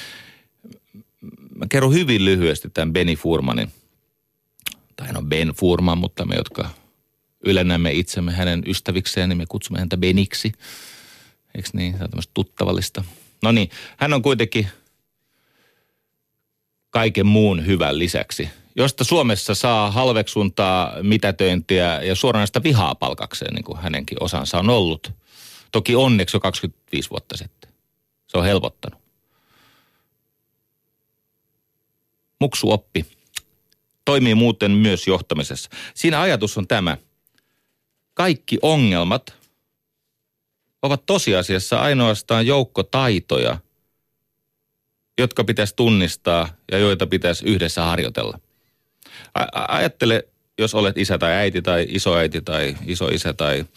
Mä kerron hyvin lyhyesti tämän Benny Furmanin, tai no Ben Furman, mutta me, jotka ylennämme itsemme hänen ystävikseen, niin me kutsumme häntä Beniksi. Eikö niin? Se on tämmöistä tuttavallista. No niin, hän on kuitenkin kaiken muun hyvän lisäksi, josta Suomessa saa halveksuntaa, mitätöintiä ja suoranaista vihaa palkakseen, niin kuin hänenkin osansa on ollut. Toki onneksi jo 25 vuotta sitten. Se on helpottanut. Muksuoppi toimii muuten myös johtamisessa. Siinä ajatus on tämä. Kaikki ongelmat ovat tosiasiassa ainoastaan joukko taitoja, jotka pitäisi tunnistaa ja joita pitäisi yhdessä harjoitella. Ajattele, jos olet isä tai äiti tai isoäiti tai isoisä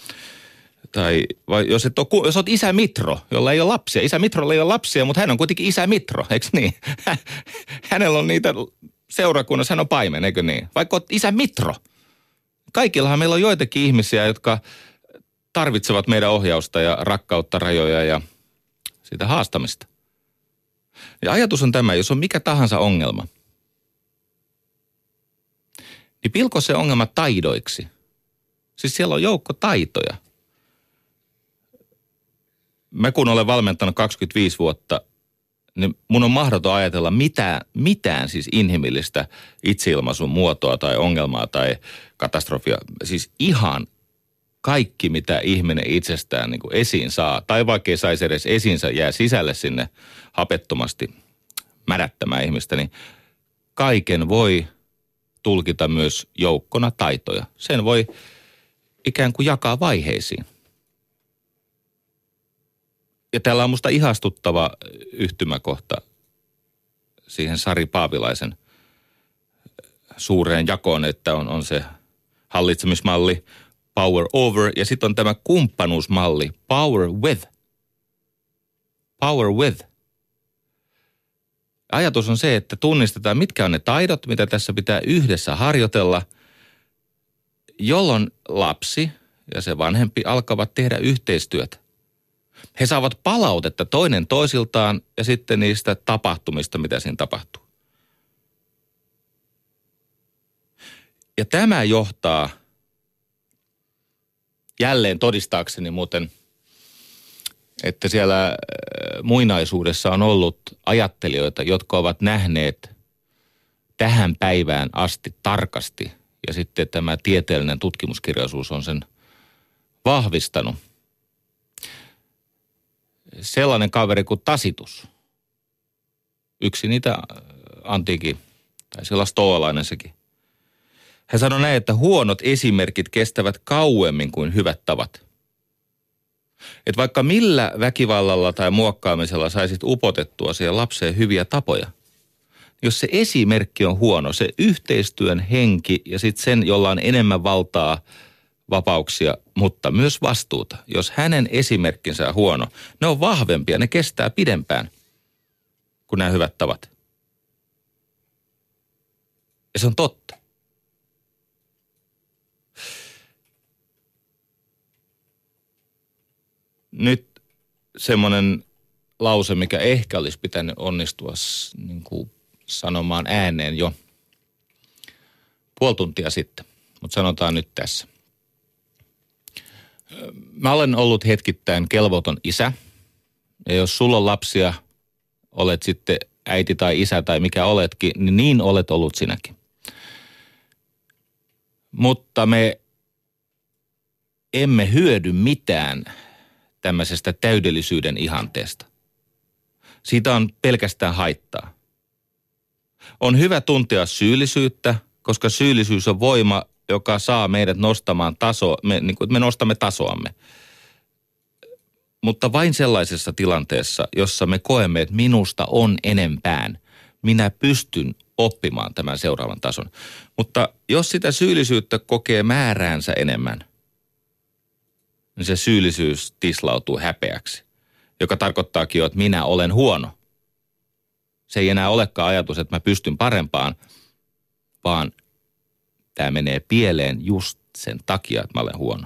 vai jos olet isä Mitro, jolla ei ole lapsia. Isä Mitrolla ei ole lapsia, mutta hän on kuitenkin isä Mitro, eikö niin? Hänellä on niitä seurakunnassa, hän on paimen, eikö niin? Vaikka olet isä Mitro. Kaikillahan meillä on joitakin ihmisiä, jotka tarvitsevat meidän ohjausta ja rakkautta, rajoja ja sitä haastamista. Ja ajatus on tämä, jos on mikä tahansa ongelma, niin pilko se ongelma taidoiksi. Siis siellä on joukko taitoja. Mä kun olen valmentanut 25 vuotta, niin mun on mahdoton ajatella mitään siis inhimillistä itseilmaisun muotoa tai ongelmaa tai katastrofia. Siis ihan kaikki, mitä ihminen itsestään niin kuin esiin saa, tai vaikka ei saisi edes esiinsä, jää sisälle sinne hapettomasti mädättämään ihmistä, niin kaiken voi tulkita myös joukkona taitoja. Sen voi ikään kuin jakaa vaiheisiin. Ja täällä on musta ihastuttava yhtymäkohta siihen Sari Paavilaisen suureen jakoon, että on se hallitsemismalli, power over, ja sitten on tämä kumppanuusmalli, power with. Power with. Ajatus on se, että tunnistetaan, mitkä on ne taidot, mitä tässä pitää yhdessä harjoitella, jolloin lapsi ja se vanhempi alkavat tehdä yhteistyötä. He saavat palautetta toinen toisiltaan ja sitten niistä tapahtumista, mitä siinä tapahtuu. Ja tämä johtaa jälleen todistaakseni muuten, että siellä muinaisuudessa on ollut ajattelijoita, jotka ovat nähneet tähän päivään asti tarkasti. Ja sitten tämä tieteellinen tutkimuskirjallisuus on sen vahvistanut. Sellainen kaveri kuin Tacitus. Yksi niitä antiikin, tai siellä stoalainen sekin. Hän sanoi näin, että huonot esimerkit kestävät kauemmin kuin hyvät tavat. Että vaikka millä väkivallalla tai muokkaamisella saisit upotettua siihen lapseen hyviä tapoja, jos se esimerkki on huono, se yhteistyön henki ja sitten sen, jolla on enemmän valtaa, vapauksia, mutta myös vastuuta. Jos hänen esimerkkinsä on huono, ne on vahvempia, ne kestää pidempään kuin nämä hyvät tavat. Ja se on totta. Nyt semmoinen lause, mikä ehkä olisi pitänyt onnistua niin kuin sanomaan ääneen jo puoli tuntia sitten, mutta sanotaan nyt tässä. Mä olen ollut hetkittäin kelvoton isä, ja jos sulla on lapsia, olet sitten äiti tai isä tai mikä oletkin, niin olet ollut sinäkin. Mutta me emme hyödy mitään tämmöisestä täydellisyyden ihanteesta. Siitä on pelkästään haittaa. On hyvä tuntea syyllisyyttä, koska syyllisyys on voima, joka saa meidät nostamaan me nostamme tasoamme. Mutta vain sellaisessa tilanteessa, jossa me koemme, että minusta on enempään. Minä pystyn oppimaan tämän seuraavan tason. Mutta jos sitä syyllisyyttä kokee määräänsä enemmän, niin se syyllisyys tislautuu häpeäksi, joka tarkoittaakin jo, että minä olen huono. Se ei enää olekaan ajatus, että mä pystyn parempaan, vaan tämä menee pieleen just sen takia, että mä olen huono.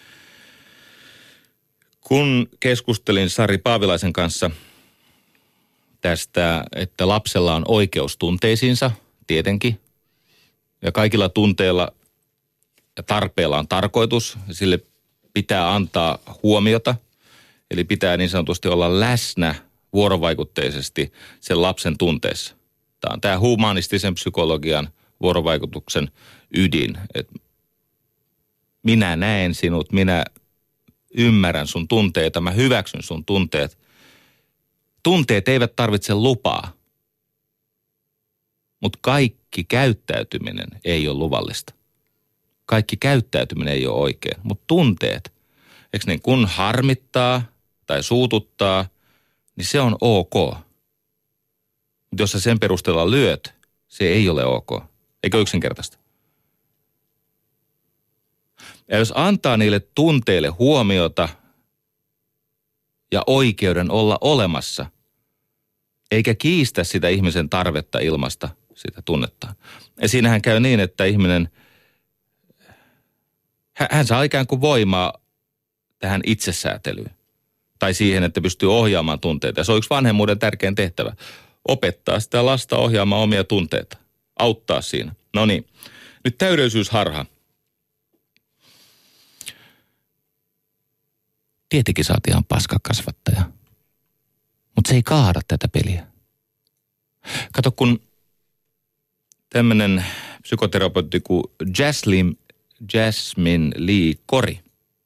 Kun keskustelin Sari Paavilaisen kanssa tästä, että lapsella on oikeus tunteisiinsa, tietenkin, ja kaikilla tunteilla ja tarpeilla on tarkoitus, ja sille pitää antaa huomiota, eli pitää niin sanotusti olla läsnä vuorovaikutteisesti sen lapsen tunteessa. Tämä on tämä humanistisen psykologian vuorovaikutuksen ydin, että minä näen sinut, minä ymmärrän sun tunteita, mä hyväksyn sun tunteet. Tunteet eivät tarvitse lupaa, mutta kaikki käyttäytyminen ei ole luvallista. Kaikki käyttäytyminen ei ole oikein, mutta tunteet, eikö niin, kun harmittaa tai suututtaa, niin se on ok. Mutta jos sä sen perusteella lyöt, se ei ole ok. Eikö yksinkertaista? Ja jos antaa niille tunteille huomiota ja oikeuden olla olemassa, eikä kiistä sitä ihmisen tarvetta ilmaista sitä tunnettaan. Ja siinähän käy niin, että ihminen, hän saa ikään kuin voimaa tähän itsesäätelyyn. Tai siihen, että pystyy ohjaamaan tunteita. Ja se on yksi vanhemmuuden tärkein tehtävä. Opettaa sitä lasta ohjaamaan omia tunteita. Auttaa siinä. No niin, nyt täydellisyysharha. Tietenkin sä oot ihan paskakasvattaja. Mutta se ei kaada tätä peliä. Kato, kun tämmönen psykoterapeutti kuin Jasmine Lee Kori.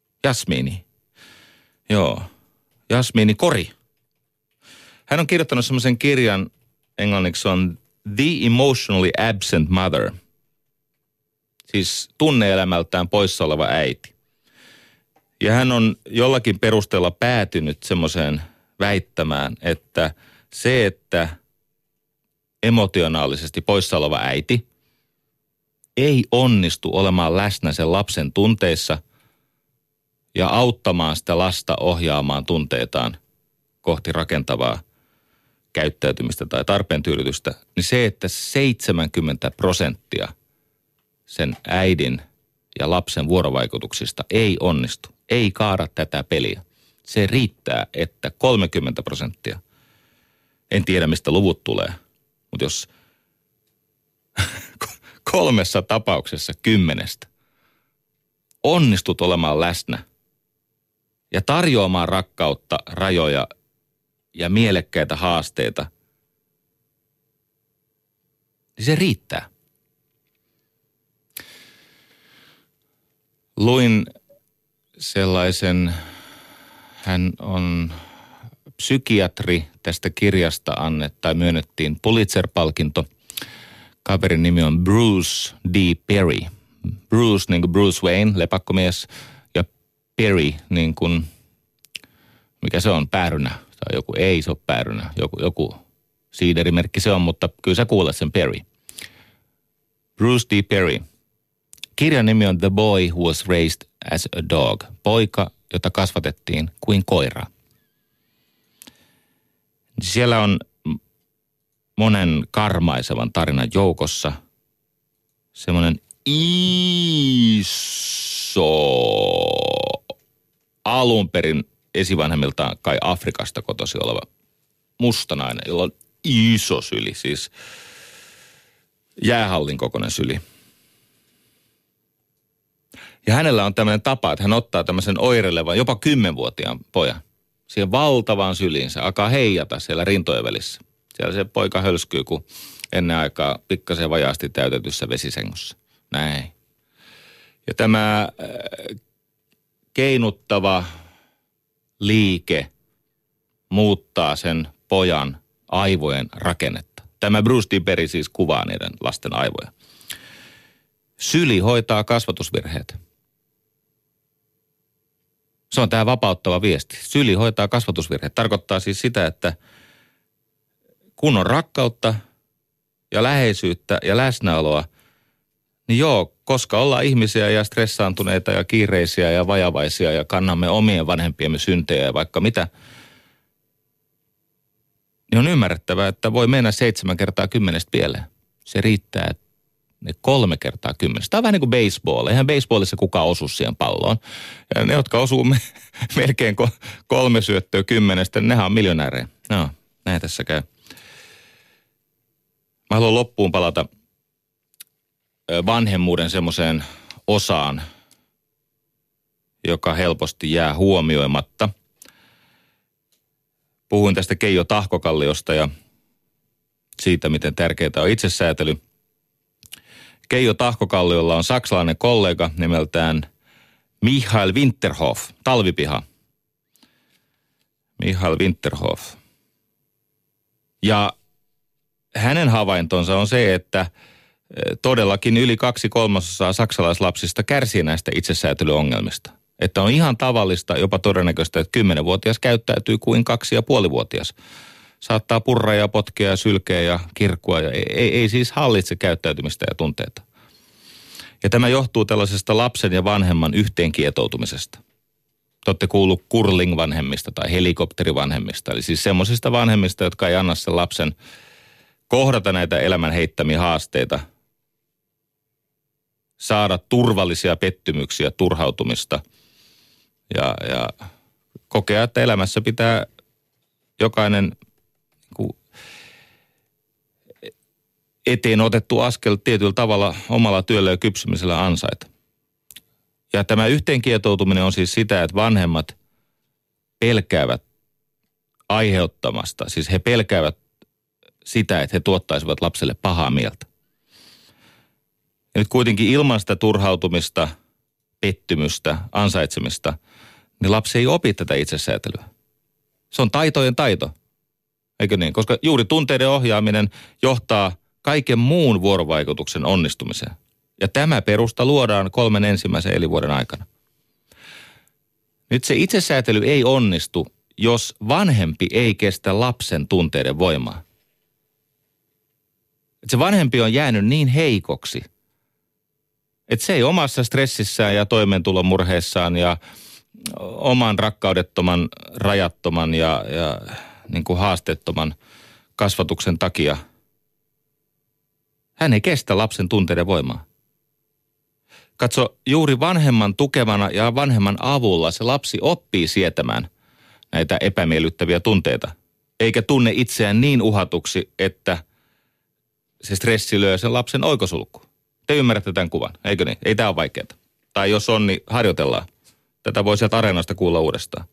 Jasmini Kori. Hän on kirjoittanut semmoisen kirjan, englanniksi on The Emotionally Absent Mother. Siis tunneelämältään poissa oleva äiti. Ja hän on jollakin perusteella päätynyt semmoiseen väittämään, että se, että emotionaalisesti poissa oleva äiti ei onnistu olemaan läsnä sen lapsen tunteissa ja auttamaan sitä lasta ohjaamaan tunteitaan kohti rakentavaa käyttäytymistä tai tarpeen tyydytystä, niin se, että 70% sen äidin ja lapsen vuorovaikutuksista ei onnistu, ei kaada tätä peliä. Se riittää, että 30%, en tiedä mistä luvut tulee, mutta jos 3 tapauksessa 10 onnistut olemaan läsnä ja tarjoamaan rakkautta, rajoja ja mielekkäitä haasteita, niin se riittää. Luin sellaisen, hän on psykiatri, tästä kirjasta myönnettiin Pulitzer-palkinto. Kaverin nimi on Bruce D. Perry. Bruce niin kuin Bruce Wayne, lepakkomies, ja Perry niin kuin, mikä se on, päärynä. Tai joku, ei se ole päärynä, joku siiderimerkki se on, mutta kyllä sä kuulet sen Perry. Bruce D. Perry. Kirjan nimi on The Boy Who Was Raised as a Dog. Poika, jota kasvatettiin kuin koira. Siellä on monen karmaisevan tarinan joukossa semmoinen iso, alunperin esivanhemmiltaan kai Afrikasta kotoisin oleva musta nainen, jolla on iso syli, siis jäähallin kokoinen syli. Ja hänellä on tämmöinen tapa, että hän ottaa tämmöisen oireilevan, jopa 10-vuotiaan pojan siihen valtavaan syliinsä, alkaa heijata siellä rintojen välissä. Siellä se poika hölskyy, kun ennen aikaa pikkasen vajaasti täytetyssä vesisengossa. Näin. Ja tämä keinuttava liike muuttaa sen pojan aivojen rakennetta. Tämä Bruce D. Perry siis kuvaa niiden lasten aivoja. Syli hoitaa kasvatusvirheet. Se on tämä vapauttava viesti. Syli hoitaa kasvatusvirheet. Tarkoittaa siis sitä, että kun on rakkautta ja läheisyyttä ja läsnäoloa, niin joo, koska ollaan ihmisiä ja stressaantuneita ja kiireisiä ja vajavaisia ja kannamme omien vanhempiemme syntejä ja vaikka mitä, niin on ymmärrettävää, että voi mennä 7 kertaa 10 pieleen. Se riittää, että ne 3 kertaa 10. Tämä on vähän niin kuin baseball. Eihän baseballissa kukaan osu siihen palloon. Ja ne, jotka osuu melkein 3 syöttöä 10, nehän on miljonäärejä. No, näin tässä käy. Mä haluan loppuun palata vanhemmuuden semmoiseen osaan, joka helposti jää huomioimatta. Puhuin tästä Keijo Tahkokalliosta ja siitä, miten tärkeää on itsesäätely. Keijo Tahkokalliolla on saksalainen kollega nimeltään Michael Winterhoff, talvipiha. Michael Winterhoff. Ja hänen havaintonsa on se, että todellakin yli 2/3 saksalaislapsista kärsii näistä itsesäätelyongelmista. Että on ihan tavallista, jopa todennäköistä, että 10-vuotias käyttäytyy kuin 2,5-vuotias. Saattaa purra ja potkea ja sylkeä ja kirkkua ja ei siis hallitse käyttäytymistä ja tunteita. Ja tämä johtuu tällaisesta lapsen ja vanhemman yhteenkietoutumisesta. Te olette kuullut curling-vanhemmista tai helikopterivanhemmista, eli siis semmoisista vanhemmista, jotka ei anna sen lapsen kohdata näitä elämän heittämiä haasteita, saada turvallisia pettymyksiä, turhautumista ja kokea, että elämässä pitää jokainen eteen otettu askel tietyllä tavalla omalla työllä ja kypsymisellä ansaita. Ja tämä yhteenkietoutuminen on siis sitä, että vanhemmat pelkäävät aiheuttamasta, siis he pelkäävät sitä, että he tuottaisivat lapselle pahaa mieltä. Ja nyt kuitenkin ilman sitä turhautumista, pettymystä, ansaitsemista, niin lapsi ei opi tätä itsesäätelyä. Se on taitojen taito, eikö niin? Koska juuri tunteiden ohjaaminen johtaa kaiken muun vuorovaikutuksen onnistumiseen. Ja tämä perusta luodaan 3 ensimmäisen elinvuoden aikana. Nyt se itsesäätely ei onnistu, jos vanhempi ei kestä lapsen tunteiden voimaa. Että se vanhempi on jäänyt niin heikoksi, että se ei omassa stressissään ja toimeentulon murheessaan ja oman rakkaudettoman, rajattoman ja niin kuin haasteettoman kasvatuksen takia, hän ei kestä lapsen tunteiden voimaa. Katso, juuri vanhemman tukemana ja vanhemman avulla se lapsi oppii sietämään näitä epämiellyttäviä tunteita, eikä tunne itseään niin uhatuksi, että se stressi lyö sen lapsen oikosulkuun. Te ymmärrätte tämän kuvan, eikö niin? Ei tämä ole vaikeaa. Tai jos on, niin harjoitellaan. Tätä voi sieltä Areenasta kuulla uudestaan.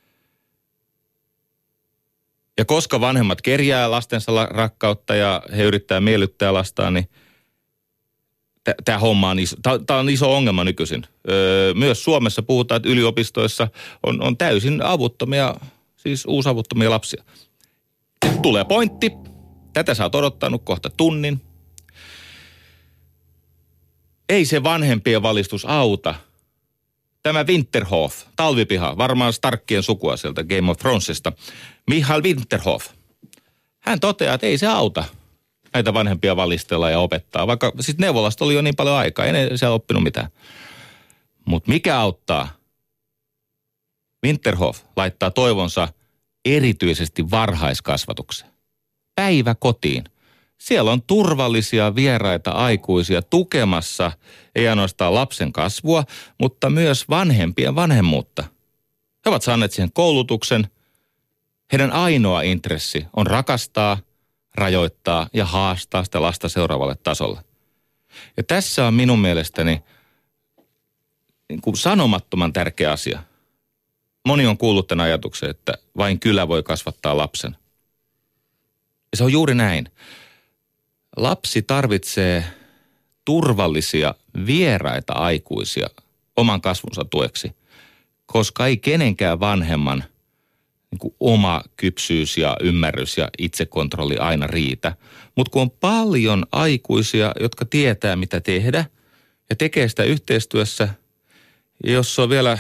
Ja koska vanhemmat kerjää lastensa rakkautta ja he yrittää miellyttää lastaan, niin tämä homma on iso ongelma nykyisin. Myös Suomessa puhutaan, että yliopistoissa on täysin avuttomia, siis uusavuttomia lapsia. Tulee pointti. Tätä sä oot odottanut kohta tunnin. Ei se vanhempien valistus auta. Tämä Winterhoff, talvipiha, varmaan Starkkien sukua sieltä Game of Thronesista, Michael Winterhoff. Hän toteaa, että ei se auta näitä vanhempia valistella ja opettaa, vaikka siis neuvolasta oli jo niin paljon aikaa, ei ne siellä oppinut mitään. Mutta mikä auttaa? Winterhoff laittaa toivonsa erityisesti varhaiskasvatukseen. Päiväkotiin. Siellä on turvallisia vieraita aikuisia tukemassa ei ainoastaan lapsen kasvua, mutta myös vanhempien vanhemmuutta. He ovat saaneet siihen koulutuksen. Heidän ainoa intressi on rakastaa, rajoittaa ja haastaa sitä lasta seuraavalle tasolle. Ja tässä on minun mielestäni niin kuin sanomattoman tärkeä asia. Moni on kuullut tämän ajatuksen, että vain kylä voi kasvattaa lapsen. Ja se on juuri näin. Lapsi tarvitsee turvallisia, vieraita aikuisia oman kasvunsa tueksi, koska ei kenenkään vanhemman niin kuin oma kypsyys ja ymmärrys ja itsekontrolli aina riitä. Mutta kun on paljon aikuisia, jotka tietää mitä tehdä ja tekee sitä yhteistyössä, ja jos on vielä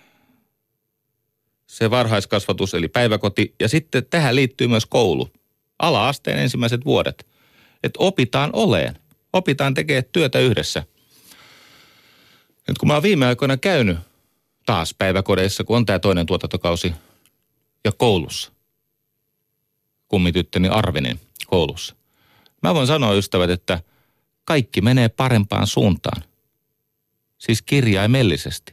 se varhaiskasvatus eli päiväkoti ja sitten tähän liittyy myös koulu, ala-asteen ensimmäiset vuodet, Että opitaan oleen. Opitaan tekemään työtä yhdessä. Nyt kun mä oon viime aikoina käynyt taas päiväkodeissa, kun on tää toinen tuotantokausi, ja koulussa. Kummityttöni Arvinin koulussa. Mä voin sanoa, ystävät, että kaikki menee parempaan suuntaan. Siis kirjaimellisesti.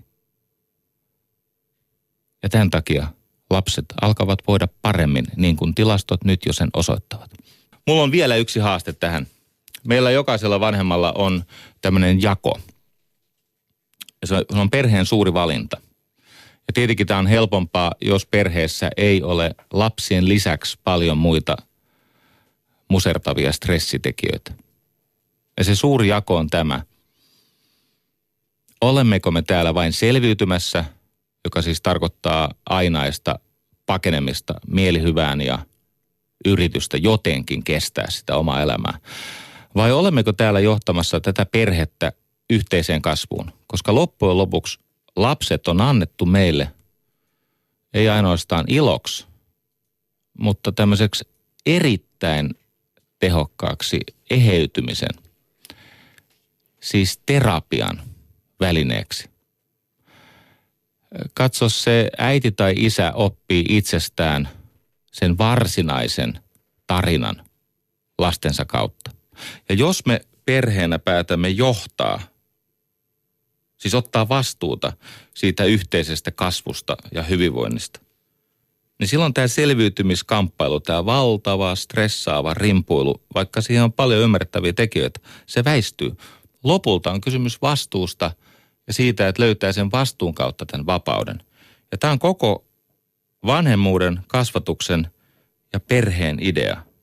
Ja tämän takia lapset alkavat voida paremmin, niin kuin tilastot nyt jo sen osoittavat. Mulla on vielä yksi haaste tähän. Meillä jokaisella vanhemmalla on tämmöinen jako. Ja se on perheen suuri valinta. Ja tietenkin tämä on helpompaa, jos perheessä ei ole lapsien lisäksi paljon muita musertavia stressitekijöitä. Ja se suuri jako on tämä. Olemmeko me täällä vain selviytymässä, joka siis tarkoittaa ainaista pakenemista mielihyvään ja yritystä jotenkin kestää sitä omaa elämää. Vai olemmeko täällä johtamassa tätä perhettä yhteiseen kasvuun? Koska loppujen lopuksi lapset on annettu meille ei ainoastaan iloksi, mutta tämmöiseksi erittäin tehokkaaksi eheytymisen, siis terapian välineeksi. Katso, se äiti tai isä oppii itsestään sen varsinaisen tarinan lastensa kautta. Ja jos me perheenä päätämme johtaa, siis ottaa vastuuta siitä yhteisestä kasvusta ja hyvinvoinnista, niin silloin tämä selviytymiskamppailu, tämä valtava, stressaava rimpuilu, vaikka siihen on paljon ymmärrettäviä tekijöitä, se väistyy. Lopulta on kysymys vastuusta ja siitä, että löytää sen vastuun kautta tämän vapauden. Ja tämä on koko vanhemmuuden, kasvatuksen ja perheen idea.